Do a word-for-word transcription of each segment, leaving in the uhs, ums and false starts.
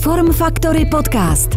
Form Factory Podcast.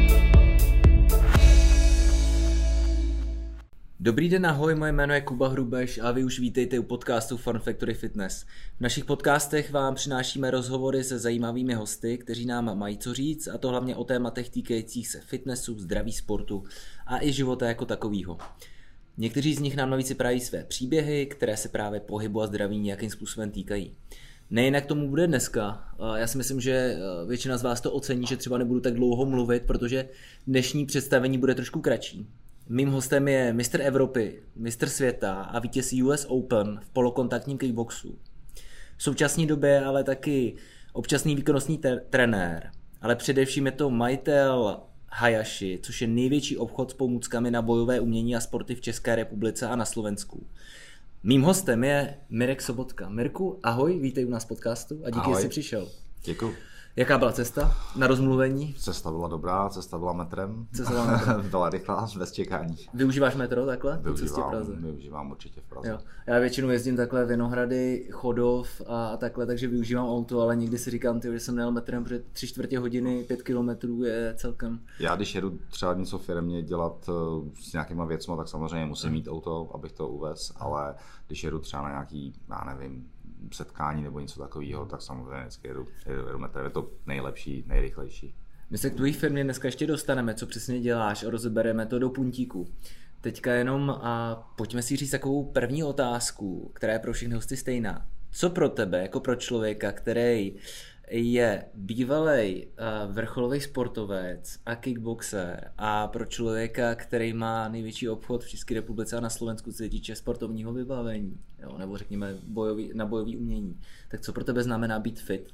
Dobrý den, ahoj, moje jméno je Kuba Hrubeš a vy už vítejte u podcastu Form Factory Fitness. V našich podcastech vám přinášíme rozhovory se zajímavými hosty, kteří nám mají co říct, a to hlavně o tématech týkajících se fitnessu, zdraví, sportu a i života jako takového. Někteří z nich nám navíc vypráví své příběhy, které se právě pohybu a zdraví nějakým způsobem týkají. Nejinak tomu bude dneska. Já si myslím, že většina z vás to ocení, že třeba nebudu tak dlouho mluvit, protože dnešní představení bude trošku kratší. Mým hostem je mistr Evropy, mistr světa a vítěz U S Open v polokontaktním kickboxu. V současné době ale taky občasný výkonnostní ter- trenér, ale především je to majitel Hayashi, což je největší obchod s pomůckami na bojové umění a sporty v České republice a na Slovensku. Mým hostem je Mirek Sobotka. Mirku, ahoj, vítej u nás v podcastu a díky, ahoj. že jsi přišel. Děkuji. Jaká byla cesta na rozmluvení? Cesta byla dobrá, cesta byla metrem. Cesta byla metrem. Byla rychlá, bez čekání. Využíváš metro takhle? Využívám, využívám určitě v Praze. Jo. Já většinou jezdím takhle Vinohrady, Chodov a takhle, takže využívám auto, ale někdy si říkám, tyjo, že jsem nejel metrem, protože tři čtvrtě hodiny, pět kilometrů je celkem. Já když jedu třeba něco firmě dělat s nějakýma věcma, tak samozřejmě musím mít auto, abych to uvez, ale když jedu třeba na nějaký, já nevím, setkání nebo něco takového, tak samozřejmě vždycky jedu, jedu, jedu metrem. Je to nejlepší, nejrychlejší. My se k tvojí firmě dneska ještě dostaneme, co přesně děláš, a rozebereme to do puntíku. Teďka jenom a pojďme si říct takovou první otázku, která je pro všechny hosty stejná. Co pro tebe, jako pro člověka, který je bývalý vrcholový sportovec a kickboxer, a pro člověka, který má největší obchod v České republice a na Slovensku, co se týče sportovního vybavení, jo, nebo řekněme bojový, na bojové umění, tak co pro tebe znamená být fit?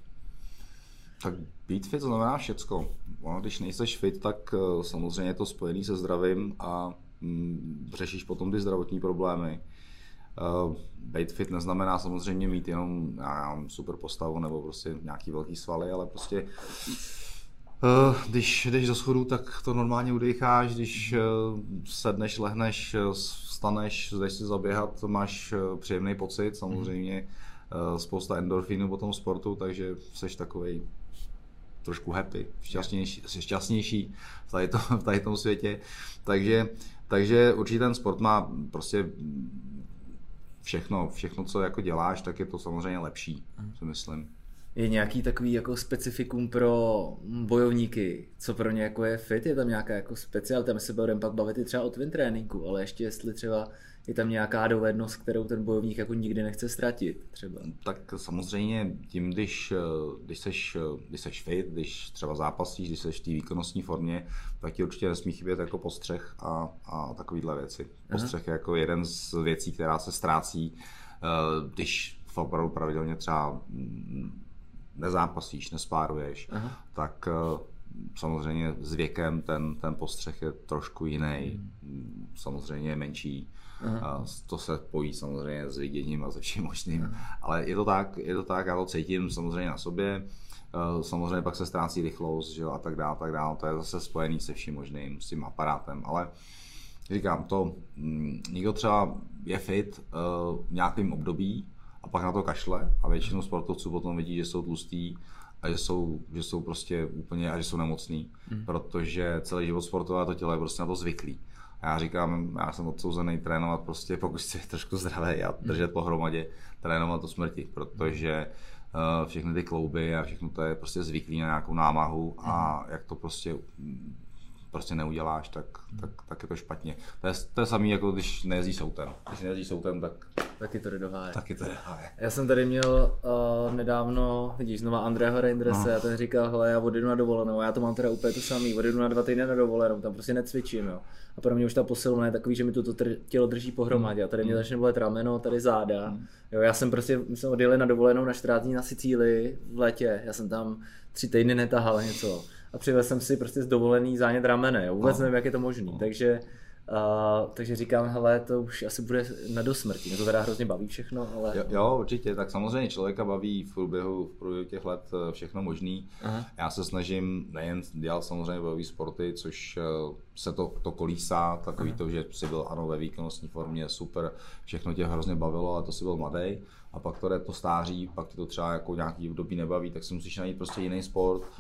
Tak být fit znamená všecko. Ono, když nejseš fit, tak samozřejmě je to spojený se zdravím a mm, řešíš potom ty zdravotní problémy. Uh, být fit neznamená samozřejmě mít jenom já, super postavu nebo prostě nějaký velký svaly, ale prostě uh, když jdeš do schodu, tak to normálně udýcháš, když uh, sedneš, lehneš, vstaneš, jdeš si zaběhat, máš uh, příjemný pocit, samozřejmě uh, spousta endorfínů po tom sportu, takže seš takovej trošku happy, šťastnější, jsi šťastnější v tady, to, v tady tom světě, takže, takže určitě ten sport má prostě Všechno, všechno, co jako děláš, tak je to samozřejmě lepší, si myslím. Je nějaký takový jako specifikum pro bojovníky, co pro ně jako je fit? Je tam nějaká jako specialita? My se budeme pak bavit i třeba o twin tréninku, ale ještě jestli třeba je tam nějaká dovednost, kterou ten bojovník jako nikdy nechce ztratit třeba. Tak samozřejmě tím, když, když, seš, když seš fit, když třeba zápasíš, když seš v té výkonnostní formě, tak ti určitě nesmí chybět jako postřeh a, a takovýhle věci. Postřeh Aha. je jako jeden z věcí, která se ztrácí, když opravdu pravidelně třeba nezápasíš, nespáruješ, Aha. tak samozřejmě s věkem ten, ten postřeh je trošku jiný, hmm. samozřejmě je menší. Aha. To se pojí samozřejmě s viděním a se vším možným, Aha. ale je to tak, je to tak, já to cítím samozřejmě na sobě, samozřejmě pak se ztrácí rychlost, že jo, a tak dále, tak dále, to je zase spojený se vším možným, s tím aparátem, ale říkám to, někdo třeba je fit v nějakém období a pak na to kašle a většinou sportovců potom vidí, že jsou tlustý a že jsou, že jsou prostě úplně a že jsou nemocný, hmm. protože celý život sportové to tělo je prostě na to zvyklý. A já říkám, já jsem odsouzený trénovat prostě, pokud chci trošku zdravý a držet pohromadě, trénovat do smrti, protože uh, všechny ty klouby a všechno to je prostě zvyklý na nějakou námahu a jak to prostě prostě neuděláš, tak, tak, tak je to špatně. To je, to je samý, jako když nejezdíš autem. Když nejezdíš autem, tak taky to jde do háje. Taky to jde do háje. Já jsem tady měl uh, nedávno, vidíš, znova Andreho Reinderse, a ten říkal, hele, já odjedu na dovolenou, já to mám teda úplně to samý, odjedu na dva týdny na dovolenou, tam prostě necvičím, jo. A pro mě už ta posilovna je takový, že mi to, to tr- tělo drží pohromadě a tady mě začne bolet rameno, tady záda. Mm. Jo, já jsem prostě, my jsme odjeli na dovolenou na čtrnáct dní na Sicílii v létě, já jsem tam tři týdny netahal něco. A přivez jsem si prostě z dovolený zánět ramene, jo. Vůbec no. nevím, jak je to možný, no. takže, uh, takže říkám, hele, to už asi bude na dosmrti, mě to teda hrozně baví všechno, ale... Jo, jo, určitě, tak samozřejmě člověka baví v průběhu, v průběhu těch let všechno možný. Aha. Já se snažím nejen dělat samozřejmě bojové sporty, což se to, to kolísá, takový Aha. to, že jsi byl ano ve výkonnostní formě, super, všechno tě hrozně bavilo, ale to jsi byl mladý. A pak to jde to stáří, pak ti to třeba jako nějaký období nebaví, tak si musíš najít prostě jiný sport, mm.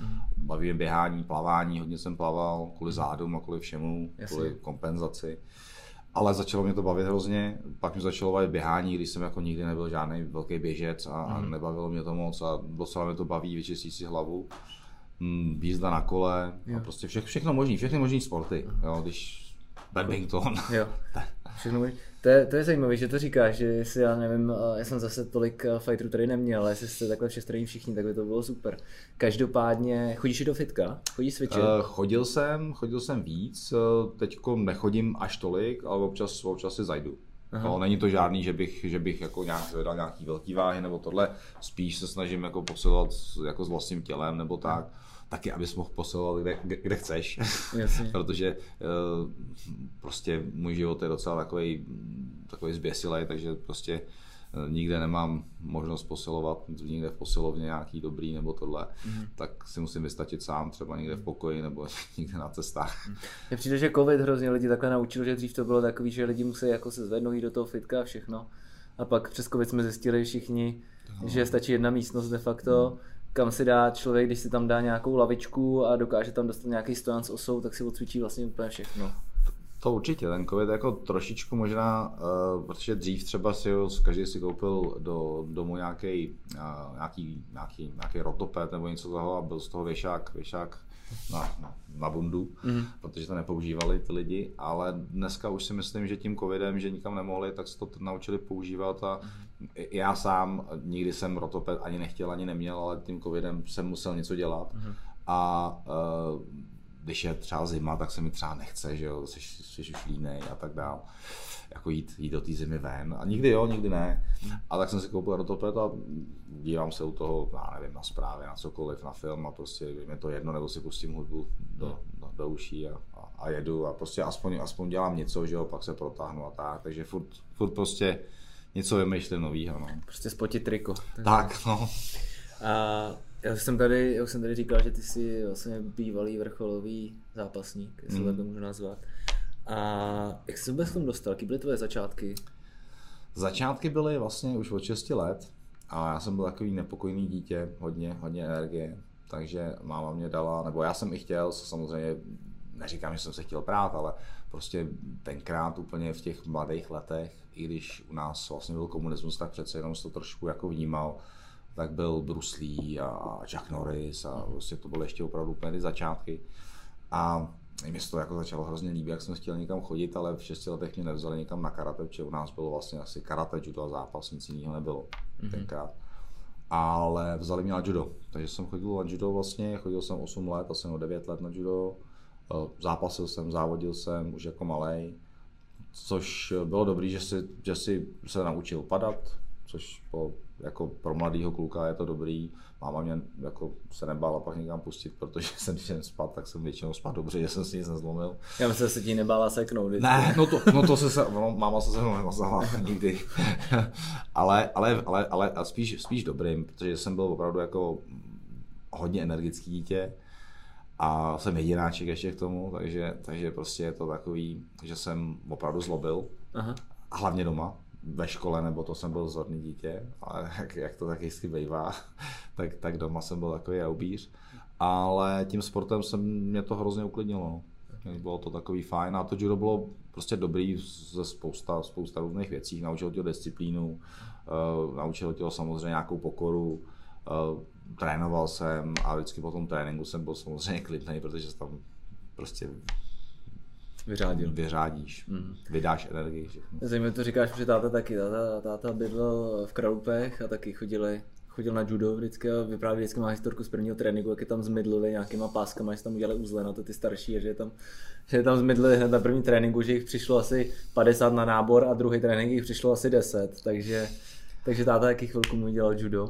baví mě běhání, plavání, hodně jsem plaval kvůli zádům a kvůli všemu, Jasně. kvůli kompenzaci. Ale začalo mě to bavit hrozně, pak mi začalo bavit běhání, když jsem jako nikdy nebyl žádný velký běžec a mm. nebavilo mě to moc a docela mě to baví, vyčistí si hlavu. Jízda na kole jo. a prostě vše, všechno možný, všechny možný sporty, jo, když badminton. Jo. Všechno možný. To je, to je zajímavé, že to říkáš, že jestli já nevím, já jsem zase tolik fighterů tady neměl, ale jestli jste takhle všestranní všichni, tak by to bylo super. Každopádně, chodíš i do fitka? Chodíš cvičit? Uh, chodil jsem, chodil jsem víc, teďko nechodím až tolik, ale občas, občas si zajdu. No, není to žádný, že bych, že bych jako nějak zvedal nějaký velký váhy nebo tohle, spíš se snažím jako posilovat jako s vlastním tělem nebo tak. Hmm. Taky, abys mohl posilovat kde, kde, kde chceš, protože uh, prostě můj život je docela takový, takový zběsilej, takže prostě uh, nikde nemám možnost posilovat, nikde v posilovně nějaký dobrý nebo tohle, mm. tak si musím vystačit sám, třeba někde v pokoji nebo někde na cestách. Mně přijde, že covid hrozně lidi takhle naučil, že dřív to bylo takový, že lidi musí jako se zvednout jít do toho fitka a všechno. A pak přes covid jsme zjistili všichni, no. že stačí jedna místnost de facto, mm. kam si dá člověk, když si tam dá nějakou lavičku a dokáže tam dostat nějaký stojan s osou, tak si odcvičí vlastně úplně všechno. To určitě, ten covid jako trošičku možná, uh, protože dřív třeba si každý si koupil do domu nějaký, uh, nějaký, nějaký, nějaký rotoped nebo něco toho a byl z toho věšák, věšák na, na, na bundu, mm. protože to nepoužívali ty lidi, ale dneska už si myslím, že tím covidem, že nikam nemohli, tak se to naučili používat a mm. já sám nikdy jsem rotoped ani nechtěl, ani neměl, ale tím covidem jsem musel něco dělat mm. a uh, když je třeba zima, tak se mi třeba nechce, že jo, jsi, jsi už línej a tak dál, jako jít, jít do té zimy ven a nikdy jo, nikdy ne. A tak jsem si koupil rotoped a dívám se u toho, já nevím, na zprávy, na cokoliv, na film a prostě je to jedno, nebo si pustím hudbu do, do, do uší a, a, a jedu a prostě aspoň, aspoň dělám něco, že jo, pak se protáhnu a tak, takže furt, furt prostě něco vymýšlím novýho, no. Prostě spotit triko. Tak, no. A já jsem tady, já jsem tady říkal, že ty jsi vlastně bývalý vrcholový zápasník, jestli mm. to můžu nazvat. A jak jsi se vůbec k tomu dostal? Jaký byly tvoje začátky? Začátky byly vlastně už od šesti let a já jsem byl takový nepokojný dítě, hodně, hodně energie, takže máma mě dala, nebo já jsem i chtěl, samozřejmě neříkám, že jsem se chtěl prát, ale prostě tenkrát úplně v těch mladých letech, i když u nás vlastně byl komunismus, tak přece jenom jsem to trošku jako vnímal, tak byl Bruce Lee a Chuck Norris a prostě to byly ještě opravdu úplně ty začátky. A mě se to jako začalo hrozně líbit, jak jsem chtěl někam chodit, ale v šesti letech mě nevzali někam na karate, protože u nás bylo vlastně asi karate, judo a zápas, nic jiného nebylo mm-hmm. tenkrát. Ale vzali mě na judo, takže jsem chodil na judo vlastně, chodil jsem osm let, asi o devět let na judo. Zápasil jsem, závodil jsem už jako malej, což bylo dobrý, že si, že si se naučil padat, což po, jako pro mladýho kluka je to dobrý. Máma mě jako se nebála pak někam pustit, protože jsem když jsem spad, tak jsem většinou spad dobře, že jsem si nic nezlomil. Já myslím, že se ti nebála seknout. Ne, no to, no to se, se no, máma se se mnou nemazala nikdy. ale, ale, ale, ale spíš, spíš dobrým, protože jsem byl opravdu jako hodně energický dítě. A jsem jedináček ještě k tomu, takže, takže prostě je to takový, že jsem opravdu zlobil. Aha. A hlavně doma, ve škole, nebo to jsem byl zorný dítě, ale jak, jak to taky jistý bývá, tak, tak doma jsem byl takový jaubíř. Ale tím sportem jsem, mě to hrozně uklidnilo. Bylo to takový fajn a to judo bylo prostě dobrý ze spousta, spousta různých věcí. Naučilo tě disciplínu, uh, naučilo tě samozřejmě nějakou pokoru, uh, trénoval jsem a vždycky po tom tréninku jsem byl samozřejmě klidnej, protože se tam prostě Vyřádil. vyřádíš, mm. vydáš energii. Zajímavé to říkáš, protože táta taky, táta, táta bydlel v Kralupech a taky chodili, chodil na judo vždycky a vyprávěl vždycky má historku z prvního tréninku, jak je tam zmydlili nějakýma páskama, že tam udělali uzle na to ty starší a že je tam, že je tam zmydlili hned na první tréninku, že jich přišlo asi padesát na nábor a druhý trénink jich přišlo asi deset, takže, takže táta taky chvilku mu dělal judo.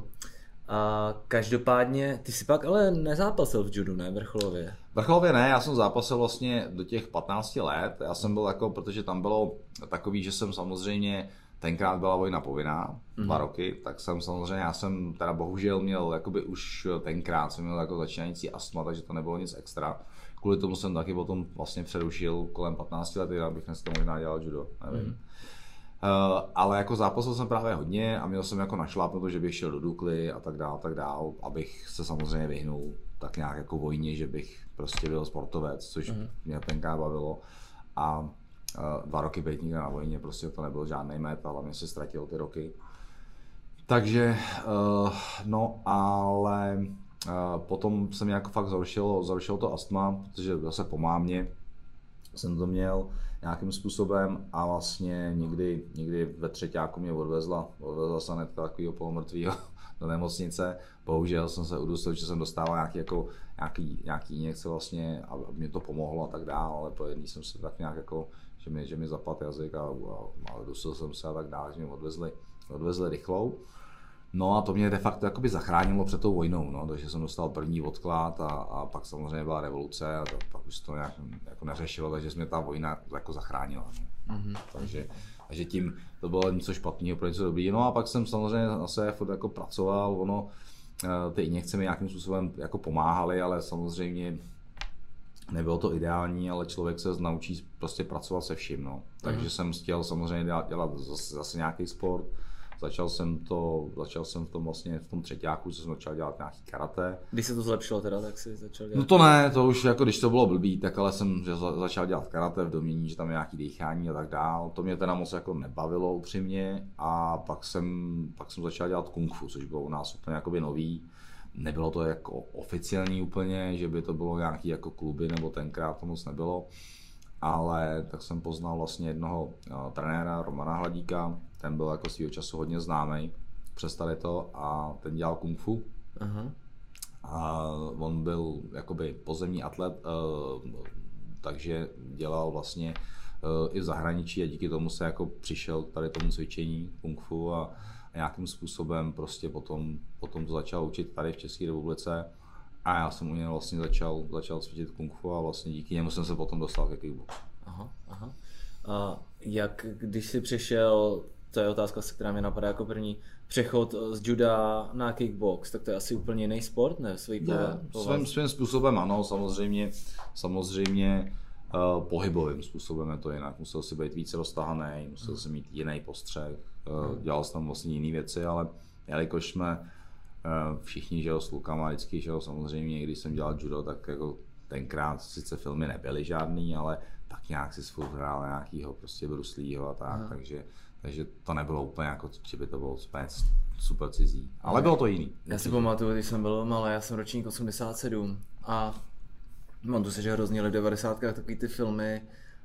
A každopádně, ty jsi pak ale nezápasil v judu, ne, vrcholově? Vrcholově ne, já jsem zápasil vlastně do těch patnácti let, já jsem byl jako, protože tam bylo takový, že jsem samozřejmě, tenkrát byla vojna povinná, mm-hmm. dva roky, tak jsem samozřejmě, já jsem teda bohužel měl, jakoby už tenkrát jsem měl jako začínající astma, takže to nebylo nic extra. Kvůli tomu jsem taky potom vlastně přerušil kolem patnácti let, abych dneska možná dělal judo, nevím. Mm-hmm. ale jako zápasil jsem právě hodně a měl jsem jako našlápnuto, že bych šel do Dukly a tak dál, tak dál, abych se samozřejmě vyhnul tak nějak jako vojně, že bych prostě byl sportovec, což mm. mě tenkrát bavilo. A uh, dva roky být někde na vojně, prostě to nebyl žádný met, ale mě se ztratil ty roky. Takže, uh, no ale uh, potom se mi jako fakt zhoršilo, zhoršilo to astma, protože zase po mámě jsem to měl nějakým způsobem a vlastně někdy, někdy ve třetíku mě odvezla, odvezla sanitka takového polomrtvýho do nemocnice. Bohužel jsem se udusil, že jsem dostával nějaký, jako, nějaký, nějaký injekce vlastně a mě to pomohlo a tak dále, ale po jedný jsem se tak nějak jako, že mi, že mi zapadl jazyk a, a, a dusil jsem se a tak dále, že mě odvezli, odvezli rychlou. No a to mě de facto jakoby zachránilo před tou vojnou, no, takže jsem dostal první odklad a, a pak samozřejmě byla revoluce a to, pak už to nějak jako neřešilo, takže mě ta vojna jako zachránila. No. Mm-hmm. Takže, takže tím to bylo něco špatného, pro něco dobrý. No a pak jsem samozřejmě zase furt jako pracoval, ono, ty injekce mi nějakým způsobem jako pomáhaly, ale samozřejmě nebylo to ideální, ale člověk se naučí prostě pracovat se vším, no. Takže mm-hmm. jsem chtěl samozřejmě dělat, dělat zase, zase nějaký sport. Začal jsem to, začal jsem v tom vlastně v tom třetíku, co jsem začal dělat nějaký karate. Když se to zlepšilo teda, tak si začal dělat? No to ne, to už jako když to bylo blbý, tak ale jsem že začal dělat karate v domění, že tam je nějaký dýchání a tak dál. To mě teda moc jako nebavilo upřímně a pak jsem, pak jsem začal dělat kung fu, což bylo u nás úplně jakoby nový. Nebylo to jako oficiální úplně, že by to bylo nějaký jako kluby, nebo tenkrát to moc nebylo. Ale tak jsem poznal vlastně jednoho no, trenéra, Romana Hladíka, ten byl jako svýho času hodně známý přes tady to a ten dělal kung fu. Uh-huh. A on byl jakoby pozemní atlet, uh, takže dělal vlastně uh, i v zahraničí a díky tomu se jako přišel tady tomu cvičení kung fu a, a nějakým způsobem prostě potom, potom to začal učit tady v České republice. A já jsem u něj vlastně začal, začal cvičit kung fu a vlastně díky němu jsem se potom dostal ke kickboxu. Aha, aha. A jak, když jsi přešel, to je otázka, která mě napadá jako první, přechod z juda na kickbox, tak to je asi úplně jiný sport, ne? Svý je, svým, svým způsobem ano, samozřejmě, samozřejmě uh, pohybovým způsobem je to jinak. Musel si být více roztahaný, musel hmm. si mít jiný postřeh, uh, dělal jsem tam vlastně jiné věci, ale jelikož jsme všichni, že jo, s klukama vždycky, že jo, samozřejmě, když jsem dělal judo, tak jako tenkrát sice filmy nebyly žádný, ale tak nějak si furt hrál nějakýho prostě Bruce Leeho a tak, Aha. takže, takže to nebylo úplně jako, že by to bylo super cizí, ale bylo to jiný. Já si pamatuju, když jsem byl malý, já jsem ročník osmdesát sedm a mám tu se, že hrozně v devadesátkách takový ty filmy,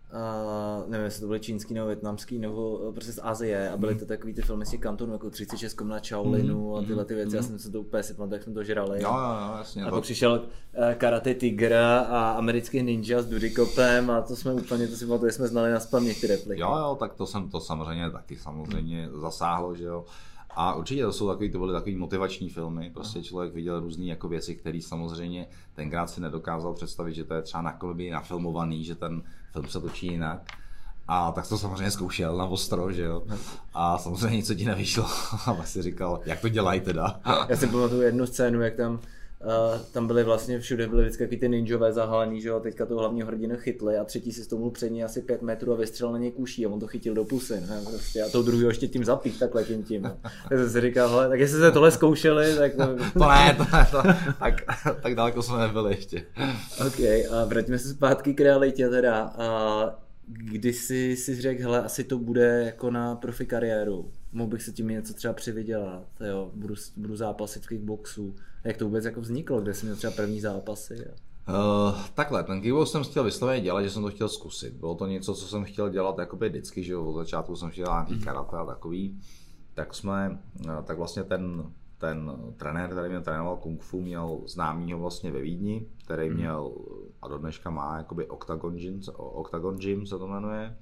Uh, nevím, jestli to byly čínský nebo vietnamský nebo prostě z Asie a byly to takový ty filmy z těch kantonů jako třicet šest komnat Shaolinu a tyhle ty věci, mm. já jsem se to úplně si pamatuju, jak jsme to žrali. Jo, jo, jasně. A pak přišel uh, Karate Tiger a americký ninja s Dudikopem a to jsme úplně, to si pamatuju, jsme znali nazpaměť ty repliky. Jo, jo, tak to jsem to samozřejmě taky samozřejmě mm. zasáhlo, že jo. A určitě to jsou takový, to byly takový motivační filmy, prostě člověk viděl různé jako věci, které samozřejmě tenkrát si nedokázal představit, že to je třeba na kolby nafilmovaný, že ten film se točí jinak. A tak to samozřejmě zkoušel na ostro, že jo. A samozřejmě něco ti nevyšlo a pak si říkal, jak to dělají teda. Já si pamatuju jednu scénu, jak tam Uh, tam byly vlastně všude byly vždycky takový ty ninjové zahalený, že jo, teďka toho hlavního hrdinu chytli a třetí si stomnul před ní asi pět metrů a vystřelil na něj kuší a on to chytil do pusy, ne, prostě, a toho druhého ještě tím zapích takhle tím tím. No. Tak jsem si říkal, hele, tak jestli jste tohle zkoušeli, tak... To ne, to ne, to, tak, tak daleko jsme nebyli ještě. Ok, a vraťme se zpátky k realitě teda. A když jsi si řekl, hele, asi to bude jako na profi kariéru, mohl bych se tím něco třeba přivydělat, jo, budu, budu zápasit v kickboxu. Jak to vůbec jako vzniklo, kde jsi měl třeba první zápasy? Uh, takhle, ten kickbox jsem chtěl vysloveně dělat, že jsem to chtěl zkusit. Bylo to něco, co jsem chtěl dělat jakoby vždycky, že jo, od začátku jsem chtěl dělat nějaký karate a takový. Tak jsme, tak vlastně ten, ten trenér, který mě trénoval kung fu, měl známýho vlastně ve Vídni, který měl a do dneška má jakoby Octagon Gym, Octagon Gym se to jmenuje.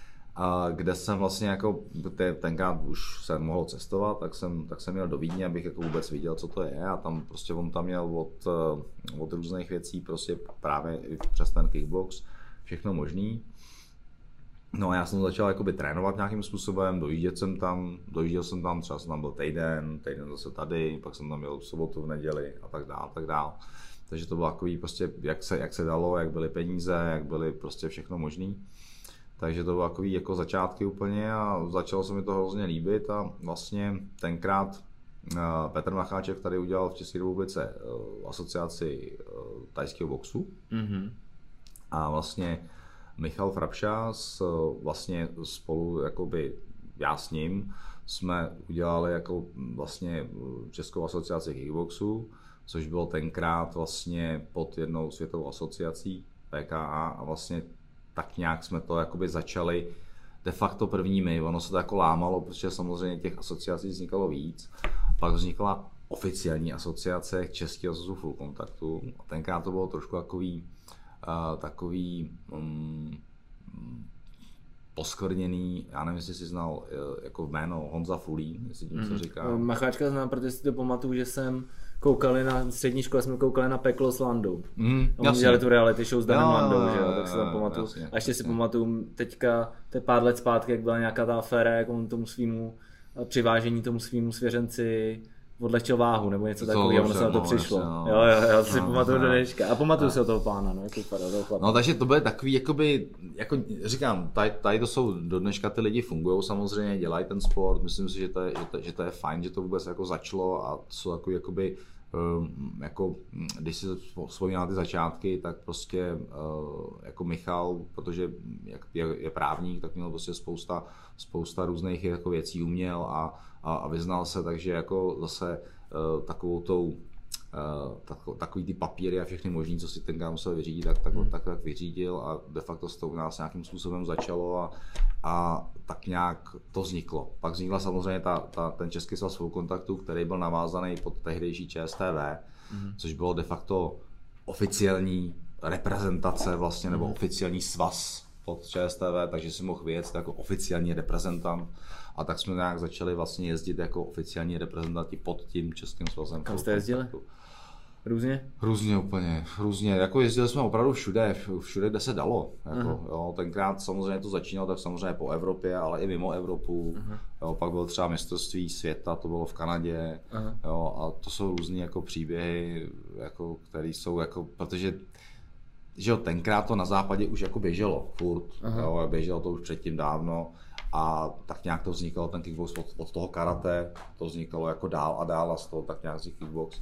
A kde jsem vlastně jako, tenkrát už jsem mohl cestovat, tak jsem, tak jsem měl do Vídně, abych jako vůbec viděl, co to je a tam prostě on tam měl od, od různých věcí prostě právě i přes ten kickbox všechno možný. No a já jsem začal jakoby trénovat nějakým způsobem, dojíždět jsem tam, dojížděl jsem tam, třeba jsem tam byl týden, týden zase tady, pak jsem tam byl v sobotu, v neděli a tak dál, tak dál. Takže to bylo takový prostě, jak se, jak se dalo, jak byly peníze, jak byly prostě všechno možný. Takže to bylo takový jako začátky úplně a začalo se mi to hrozně líbit a vlastně tenkrát Petr Macháček tady udělal v České republice asociaci thajského boxu mm-hmm. a vlastně Michal Frapša s, vlastně spolu jakoby já s ním jsme udělali jako vlastně Českou asociaci kickboxu, což bylo tenkrát vlastně pod jednou světovou asociací P K A a vlastně tak nějak jsme to jakoby začali de facto prvními. Ono se to jako lámalo, protože samozřejmě těch asociací vznikalo víc. Pak vznikla oficiální asociace Českého svazu full kontaktu. A tenkrát to bylo trošku takový, uh, takový um, poskvrněný, já nevím, jestli jsi znal uh, jako jméno Honza Fulín, jestli tím mm. se říká. Macháčka znám, protože si to pamatuju, že jsem koukali na střední škole, jsme koukali na Peklo s Landou. Mm, Oni dělali tu reality show s Danem Landou, že jo, tak si tam pamatuju. Jasně, a ještě jasně. si pamatuju teďka, to je pár let zpátky, jak byla nějaká ta aféra, jak on tomu svýmu přivážení tomu svýmu svěřenci odlehčil váhu, nebo něco takového, ono se na to no, přišlo. Jasně, no. Jo, jo, já si no, pamatuju no, do dneška. A pamatuju no. se o toho pána, no, jaký padal, no, takže to bude takový, jakoby, jako říkám, tady, tady to jsou, do dneška ty lidi fungují samozřejmě, dělají ten sport, myslím si, že to je, že to, že to je fajn, že to vůbec jako začalo a jsou takový, jakoby, um, jako, když si vzpomínám ty začátky, tak prostě uh, jako Michal, protože je, je právník, tak měl prostě spousta, spousta různých jako věcí uměl a A, a vyznal se, takže jako zase uh, takovou tou, uh, tako, takový ty papíry a všechny možný, co si tenkrát musel vyřídit, tak tak, tak tak vyřídil a de facto se to u nás nějakým způsobem začalo a, a tak nějak to vzniklo. Pak vznikla samozřejmě ta, ta, ten Český svaz full kontaktu, který byl navázaný pod tehdejší Č S T V, mm. což bylo de facto oficiální reprezentace vlastně, nebo oficiální svaz pod Č S T V, takže si mohl vyjet jako oficiální reprezentant. A tak jsme nějak začali vlastně jezdit jako oficiální reprezentanti pod tím Českým svazem. Kam jste jezdili? Různě? Různě úplně, různě. Jako jezdili jsme opravdu všude, všude, kde se dalo. Jako, jo, tenkrát samozřejmě to začínalo tak samozřejmě po Evropě, ale i mimo Evropu. Jo, pak bylo třeba mistrovství světa, to bylo v Kanadě. Jo, a to jsou různý jako příběhy, jako, které jsou jako, protože že jo, tenkrát to na západě už jako běželo furt. Jo, běželo to už předtím dávno. A tak nějak to vznikalo, ten kickbox od, od toho karate, to vznikalo jako dál a dál a z toho tak nějak vznikl kickbox.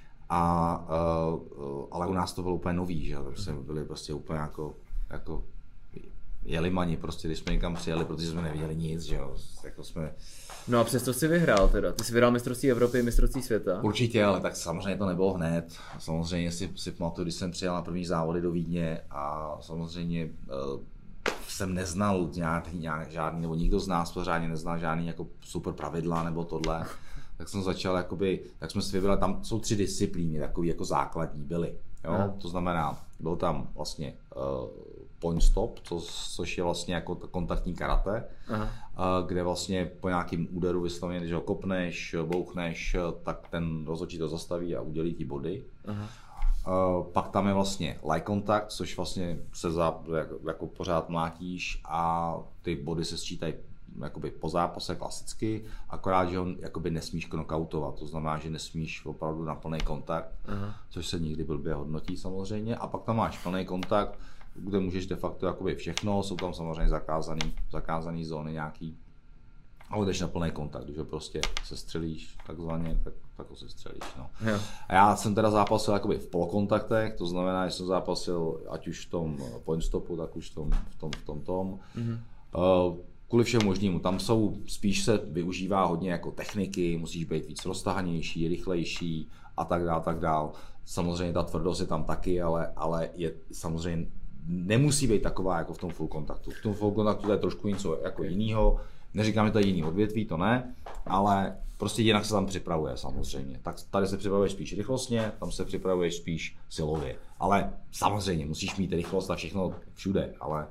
A, uh, ale u nás to bylo úplně nový, že jo, takže jsme byli prostě úplně jako, jako jelimani prostě, když jsme někam přijeli, protože jsme nevěděli nic, že jo, jako jsme... No a přesto jsi vyhrál teda, ty jsi vyhrál mistrovství Evropy, mistrovství světa. Určitě, ale tak samozřejmě to nebylo hned, samozřejmě si, si pamatuju, když jsem přijel na první závody do Vídně a samozřejmě uh, jsem neznal nějak, nějak žádný, nebo nikdo z nás pořádně neznal žádný jako super pravidla nebo tohle, tak jsem začal jakoby, tak jsme si vybrali, tam jsou tři disciplíny, takový jako základní byly, jo, to znamená, byl tam vlastně uh, point stop, co, což je vlastně jako kontaktní karate, uh, kde vlastně po nějakým úderu vysloveně, když ho kopneš, bouchneš, tak ten rozhodčí to zastaví a udělí ti body. Aha. Uh, pak tam je vlastně eye contact, což vlastně se za, jako, jako pořád mlátíš a ty body se sčítají jakoby po zápase klasicky, akorát, že ho jakoby nesmíš knockoutovat, to znamená, že nesmíš opravdu na plný kontakt, uh-huh. což se nikdy blbě hodnotí samozřejmě. A pak tam máš plný kontakt, kde můžeš de facto jakoby všechno, jsou tam samozřejmě zakázaný, zakázaný zóny nějaký, ale jdeš na plný kontakt, když ho prostě sestřelíš takzvaně, tak, tak ho sestřelíš. No. A já jsem teda zápasil jakoby v polokontaktech, to znamená, že jsem zápasil ať už v tom point stopu, tak už v tom v tom, v tom, tom. Mm-hmm. Uh, kvůli všemu možnému, tam jsou, spíš se využívá hodně jako techniky, musíš být víc roztahanější, rychlejší a tak dále, tak dále. Samozřejmě ta tvrdost je tam taky, ale, ale je samozřejmě nemusí být taková jako v tom full kontaktu. V tom full kontaktu to je trošku něco jako jiného. Neříkám, že to je jiný odvětví, to ne, ale prostě jinak se tam připravuje samozřejmě. Tak tady se připravuješ spíš rychlostně, tam se připravuješ spíš silově. Ale samozřejmě musíš mít rychlost a všechno všude, ale...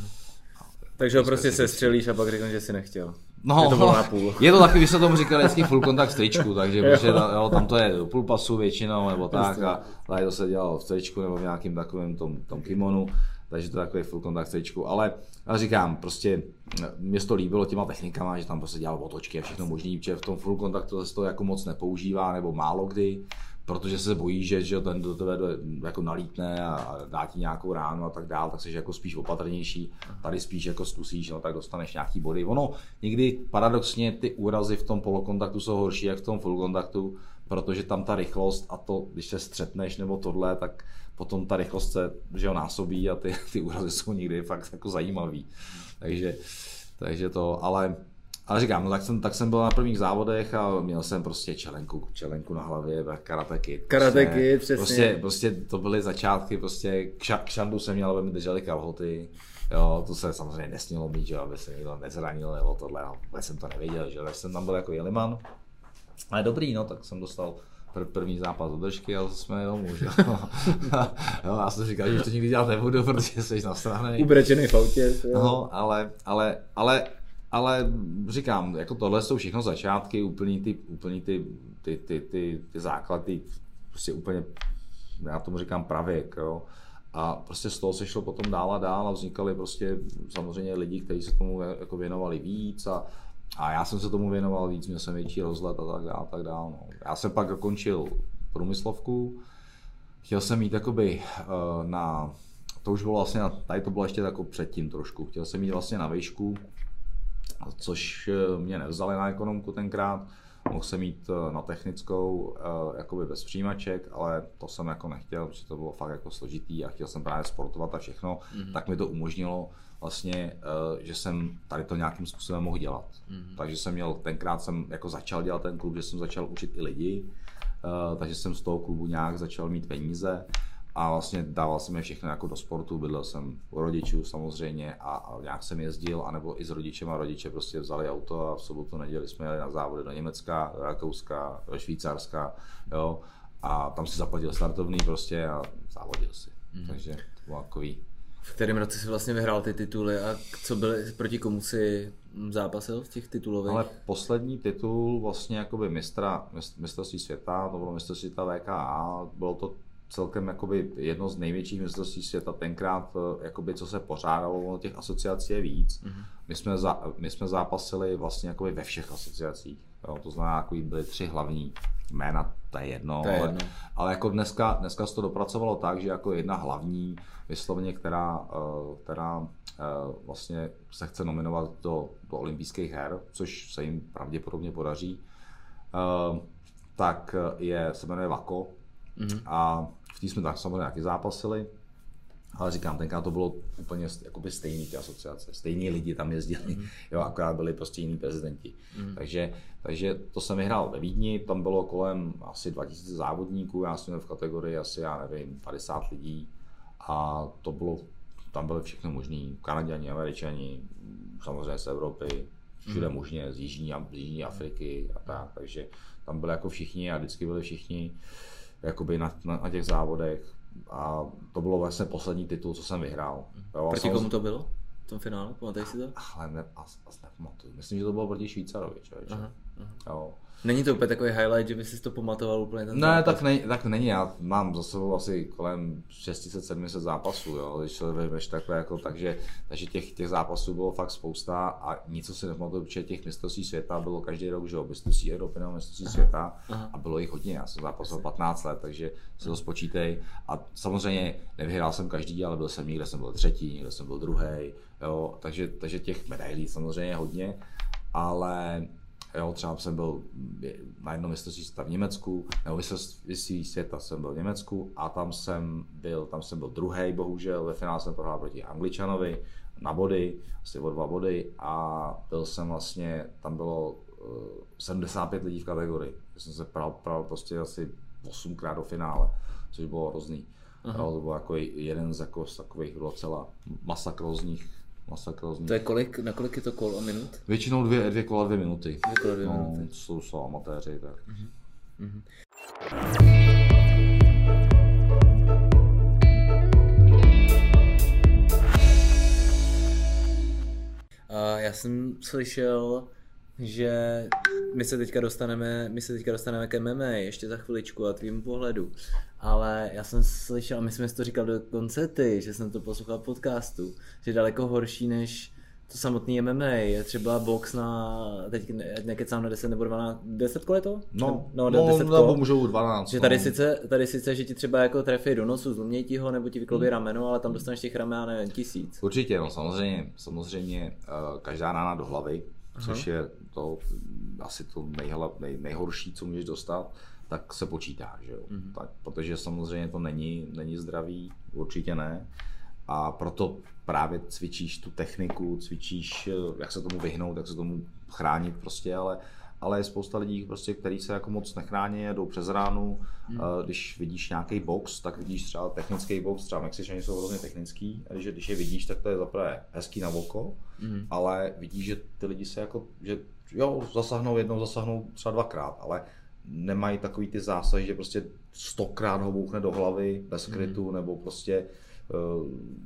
Takže ho prostě se střelíš a pak řekneš, že jsi nechtěl. No, je to bylo na půl. Je to taky, vy se tomu říkali vždycky full kontakt v tričku, takže prostě, jo, tam to je do půl pasu většinou nebo tak a tady to se dělalo v tričku nebo v nějakým takovém tom, tom kimonu. Takže to je takový full kontakt v tričku, ale já říkám, prostě mě to líbilo těma technikama, že tam prostě dělal otočky a všechno možný, protože v tom full kontaktu se to jako moc nepoužívá nebo málo kdy, protože se bojí, že, že ten do tebe jako nalítne a dá ti nějakou ránu a tak dál, tak jsi jako spíš opatrnější. Tady spíš jako zkusíš, no tak dostaneš nějaký body. Ono někdy paradoxně ty úrazy v tom polokontaktu jsou horší jak v tom full kontaktu, protože tam ta rychlost a to, když se střetneš nebo tohle, tak potom ta rychlost se, že ho násobí a ty, ty úrazy jsou někdy fakt jako zajímavý. Takže, takže to, ale Ale říkám, no tak jsem, tak jsem byl na prvních závodech a měl jsem prostě čelenku, čelenku na hlavě, karate kid. Karate kid, přesně. Prostě, prostě to byly začátky, prostě k, ša, k šandu jsem měl, aby mi drželi kalhoty. Jo, to se samozřejmě nesmělo mít, že aby se někdo nezranil nebo tohle, no, vůbec jsem to nevěděl, že tak jsem tam byl jako jeliman. Ale dobrý, no, tak jsem dostal pr- první zápas do držky a jsme domů, že jo. Jo, já jsem říkal, že už to nikdy dělat nebudu, protože jsi nasranej. Ubrečený v autě. No, ale, ale, ale Ale říkám, jako tohle jsou všechno začátky, úplný ty, úplný ty, ty, ty, ty, ty základy, prostě úplně, já tomu říkám pravěk, jo. A prostě z toho se šlo potom dál a dál a vznikaly prostě samozřejmě lidi, kteří se tomu jako věnovali víc a, a já jsem se tomu věnoval víc, měl jsem větší rozhled a tak dále, tak dále. No. Já jsem pak dokončil průmyslovku, chtěl jsem jít jakoby na, to už bylo vlastně, na, tady to bylo ještě jako předtím trošku, chtěl jsem jít vlastně na výšku, což mě nevzali na ekonomku tenkrát, mohl jsem jít na technickou jakoby bez přijímaček, ale to jsem jako nechtěl, protože to bylo fakt jako složitý a chtěl jsem právě sportovat a všechno, mm-hmm. tak mi to umožnilo vlastně, že jsem tady to nějakým způsobem mohl dělat. Mm-hmm. Takže jsem měl, tenkrát jsem jako začal dělat ten klub, že jsem začal učit i lidi, takže jsem z toho klubu nějak začal mít peníze. A vlastně dával jsem je všechno jako do sportu, bydlel jsem u rodičů samozřejmě a, a nějak jsem jezdil, anebo i s rodičem a rodiče prostě vzali auto a v sobotu, neděli jsme jeli na závody do Německa, do Rakouska, do Švýcarska, jo, a tam si zaplatil startovný prostě a závodil si, mm. takže to bylo takový. V kterém roce jsi vlastně vyhrál ty tituly a co byly, proti komu jsi zápasil v těch titulových? Ale poslední titul vlastně jakoby mistra, mistrovství světa, to bylo mistrovství světa V K A, bylo to celkem jakoby jedno z největších mistrovství světa tenkrát, jakoby, co se pořádalo, těch asociací je víc. Mm-hmm. My, jsme za, my jsme zápasili vlastně jakoby ve všech asociacích. Jo, to znamená, jakoby byly tři hlavní jména, to je jedno, to je ale, jedno. ale jako dneska, dneska se to dopracovalo tak, že jako jedna hlavní vyslovně, která, která vlastně se chce nominovat do, do olympijských her, což se jim pravděpodobně podaří, tak je, se jmenuje Vako. Mm-hmm. A v té jsme tak samozřejmě taky zápasili, ale říkám, tenkrát to bylo úplně jakoby stejný ty asociace, stejní lidi tam jezdili, mm-hmm. jo, akorát byli prostě jiní prezidenti. Mm-hmm. Takže, takže to jsem vyhrál ve Vídni, tam bylo kolem asi dva tisíce závodníků, já jsem měl v kategorii asi, já nevím, padesát lidí a to bylo, tam byly všechno možný, Kanaďani, Američani, samozřejmě z Evropy, všude mm-hmm. možně, z Jižní, z Jižní Afriky a tak, takže tam byli jako všichni a vždycky byli všichni jakoby na, na, na těch závodech a to bylo vlastně poslední titul, co jsem vyhrál. Jo, proti samozřejmě... komu to bylo v tom finále? Pamatuješ si to? Ale ne, as, as nepamatuju. Myslím, že to bylo proti Švýcarovi. Aha, aha. Jo. Není to úplně takový highlight, že by si to pamatoval úplně ten Ne, zápas? tak, ne, tak není. Já mám za sebou asi kolem šest set sedm set zápasů, jo, když člověk veš takhle jako, takže, takže těch, těch zápasů bylo fakt spousta a nic, co si nepamatuju, protože těch mistrovství světa bylo každý rok, že jo, mistrovství Evropy nebo mistrovství světa Aha. a bylo jich hodně. Já jsem zápasoval patnáct let, takže si to spočítej. A samozřejmě nevyhrál jsem každý, ale byl jsem někde jsem byl třetí, někde jsem byl druhý, jo, takže, takže těch medailí samozřejmě hodně, ale jo, třeba jsem byl na jednom mistrovství světa v Německu, nebo mistrovství světa jsem byl v Německu a tam jsem byl, tam jsem byl druhý, bohužel, ve finále jsem prohrál proti Angličanovi na body, asi o dva body a byl jsem vlastně, tam bylo uh, sedmdesát pět lidí v kategorii, jsem se pral, pral prostě asi osmkrát do finále, což bylo hrozný. Jo, to byl jako jeden z, jako, z takových docela masakrózních Masakrózní. To je kolik, na kolik je to kol a minut? Většinou dvě, dvě kola, dvě minuty. Dvě kola, dvě no, minuty. Jsou, jsou amatéři, tak. Uh-huh. Uh-huh. Uh, já jsem slyšel, že my se teďka dostaneme, my se teďka dostaneme k M M A ještě za chviličku a tvým pohledu. Ale já jsem slyšel, a my jsme si to říkal dokonce ty, že jsem to poslouchal v podcastu, že daleko horší než to samotný M M A, je třeba box na, teď nekecám na deset nebo dvanáct, deset kol je to? No, no, no deset nebo můžou dvanáct. Že tady, no. sice, tady sice, že ti třeba jako trefí do nosu, zlomějí ti ho, nebo ti vyklobí hmm. rameno, ale tam dostaneš těch ramen, nevím, tisíc. Určitě, no samozřejmě, samozřejmě každá rána do hlavy, Aha. což je to asi to nejhla, nej, nejhorší, co můžeš dostat, tak se počítá, že jo. Mm-hmm. Tak, protože samozřejmě to není, není zdravý, určitě ne. A proto právě cvičíš tu techniku, cvičíš, jak se tomu vyhnout, jak se tomu chránit prostě, ale, ale je spousta lidí, prostě, kteří se jako moc nechrání, jdou přes ránu. Mm. Když vidíš nějaký box, tak vidíš třeba technický box, třeba Mexičani jsou hrozně technický, a když, když je vidíš, tak to je zaprvé hezký na oko, mm. ale vidíš, že ty lidi se jako, že jo, zasáhnou jednou, zasáhnou třeba dvakrát, ale nemají takový ty zásahy, že prostě stokrát ho bouchne do hlavy bez krytu, mm. nebo prostě uh,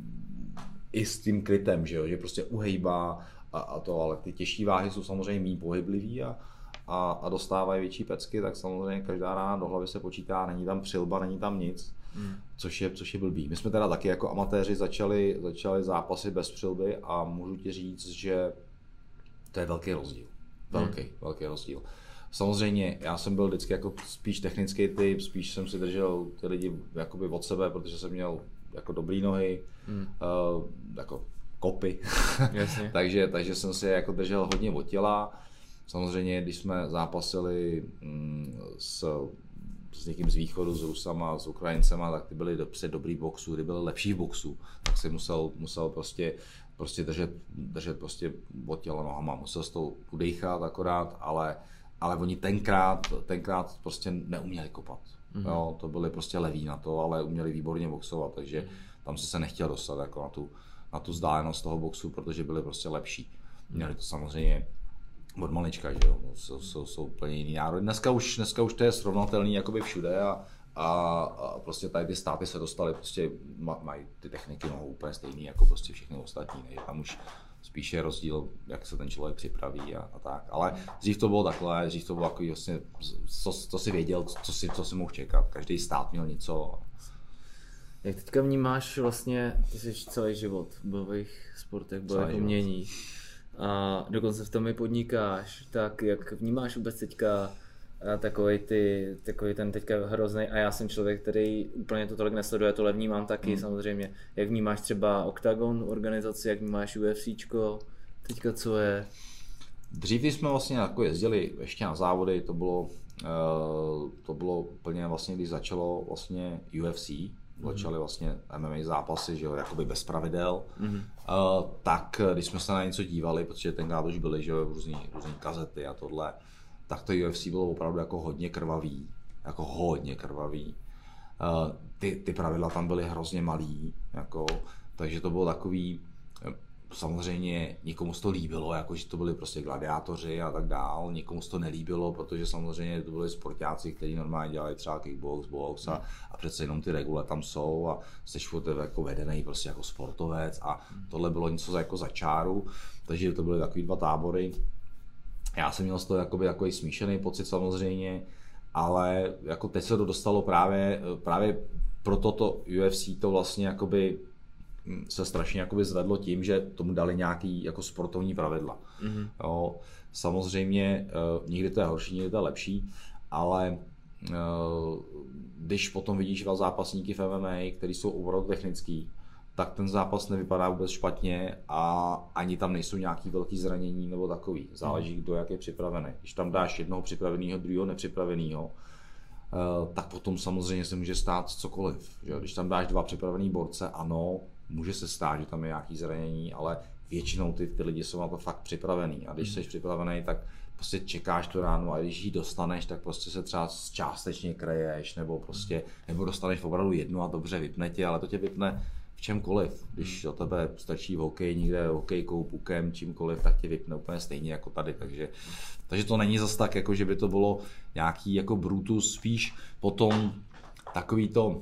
i s tím krytem, že jo, že prostě uhejbá a, a to, ale ty těžší váhy jsou samozřejmě méně pohyblivý a, a, a dostávají větší pecky, tak samozřejmě každá rána do hlavy se počítá, není tam přilba, není tam nic, mm. což je, což je blbý. My jsme teda taky jako amatéři začali, začali zápasy bez přilby a můžu ti říct, že to je velký rozdíl, velký, mm. velký rozdíl. Samozřejmě, já jsem byl vždycky jako spíš technický typ, spíš jsem si držel ty lidi jakoby od sebe, protože jsem měl jako dobrý nohy, mm. uh, jako kopy, takže, takže jsem si jako držel hodně od těla. Samozřejmě, když jsme zápasili mm, s, s někým z východu, s Rusama, s Ukrajincema, tak ty byli dobře dobrý boxu, ty byli lepší v boxu, tak si musel, musel prostě, prostě držet, držet prostě od těla nohama, musel s tou udejchat akorát, ale ale oni tenkrát, tenkrát prostě neuměli kopat. Mm-hmm. Jo, to byli prostě leví na to, ale uměli výborně boxovat, takže mm-hmm. tam si se nechtěl dostat jako na tu, na tu vzdálenost toho boxu, protože byli prostě lepší. Mm-hmm. Měli to samozřejmě od malička, že jo, jsou, jsou, jsou úplně jiný národy. Dneska už, dneska už to je srovnatelný jakoby všude a, a, a prostě tady ty státy se dostaly, prostě mají ty techniky no, úplně stejný jako prostě všechny ostatní, ne? Tam už spíš je rozdíl, jak se ten člověk připraví a, a tak. Ale dřív to bylo takhle, dřív to bylo takový vlastně, co, co si věděl, co si, co si mohl čekat. Každý stát měl něco. Jak teďka vnímáš vlastně, ty jsi celý život v bojových sportech, bojových uměních a dokonce v tom i podnikáš, tak jak vnímáš vůbec teďka takový, ty, takový ten teďka hrozný, a já jsem člověk, který úplně to tolik nesleduje, tohle vnímám taky hmm. samozřejmě. Jak vnímáš třeba Octagon organizaci, jak vnímáš UFCčko, teďka co je? Dřív, když jsme vlastně jako jezdili ještě na závody, to bylo, uh, to bylo úplně vlastně, když začalo vlastně U F C, začaly vlastně M M A zápasy, že jo, jakoby bez pravidel, mm-hmm. uh, tak když jsme se na něco dívali, protože tenkrát už byly, že jo, různý, různý kazety a tohle, tak to U F C bylo opravdu jako hodně krvavý, jako hodně krvavý. Uh, ty, ty pravidla tam byly hrozně malý, jako, takže to bylo takový, samozřejmě někomu se to líbilo, jako, že to byli prostě gladiátoři a tak dál, někomu se to nelíbilo, protože samozřejmě to byli sportáci, kteří normálně dělali třeba kickbox, box a, a přece jenom ty regule tam jsou a jsi furt jako vedený prostě jako sportovec a tohle bylo něco jako za čáru, takže to byly takový dva tábory. Já jsem měl z toho jakoby takový smíšený pocit samozřejmě, ale jako teď se to dostalo právě, právě proto to U F C to vlastně jakoby se strašně jakoby zvedlo tím, že tomu dali nějaký jako sportovní pravidla. Mm-hmm. Jo, samozřejmě uh, někdy to je horší, někdy to je lepší, ale uh, když potom vidíš dva zápasníky v M M A, kteří jsou opravdu technický, tak ten zápas nevypadá vůbec špatně a ani tam nejsou nějaký velký zranění nebo takový. Záleží, kdo jak je připravený. Když tam dáš jednoho připraveného, druhého nepřipraveného, tak potom samozřejmě se může stát cokoliv. Že? Když tam dáš dva připravený borce, ano, může se stát, že tam je nějaký zranění, ale většinou ty, ty lidi jsou na to fakt připravený. A když jsi připravený, tak prostě čekáš tu ránu a když ji dostaneš, tak prostě se třeba částečně kreješ, nebo prostě, nebo dostaneš opravdu jednu a dobře vypne tě, ale to tě vypne v čemkoliv. Když do tebe stačí v hokej, někde hokejkou, pukem, čímkoliv, tak tě vypne úplně stejně jako tady. Takže, takže to není zas tak, jako že by to bylo nějaký jako brutus, spíš potom takový to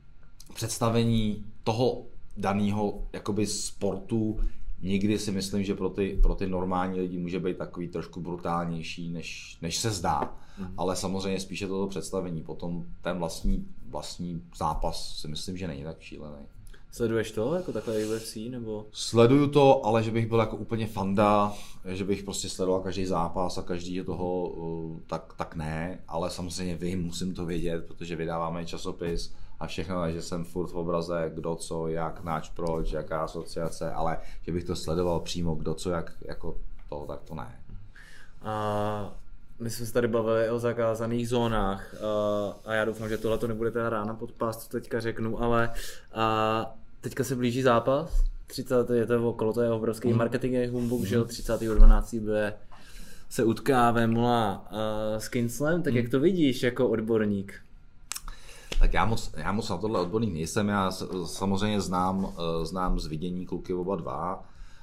představení toho daného jakoby sportu. Někdy si myslím, že pro ty, pro ty normální lidi může být takový trošku brutálnější, než, než se zdá. Mm. Ale samozřejmě spíše toto představení. Potom ten vlastní, vlastní zápas si myslím, že není tak šílený. Sleduješ to jako takhle U F C nebo? Sleduju to, ale že bych byl jako úplně fanda, že bych prostě sledoval každý zápas a každý toho, tak, tak ne, ale samozřejmě vím, musím to vědět, protože vydáváme časopis a všechno, že jsem furt v obraze, kdo co, jak, nač, proč, jaká asociace, ale že bych to sledoval přímo, kdo co, jak, jako to, tak to ne. A my jsme se tady bavili o zakázaných zónách a já doufám, že tohle to nebude ta rána podpás, co teďka řeknu, ale a teďka se blíží zápas, třicátého je to okolo, to je obrovský mm. marketing humbug, mm. že třicátého dvanáctého bude se utká Vémola s Kinslem, tak mm. jak to vidíš jako odborník? Tak já moc, já moc na tohle odborník nejsem, já samozřejmě znám, znám z vidění kluky oba dva.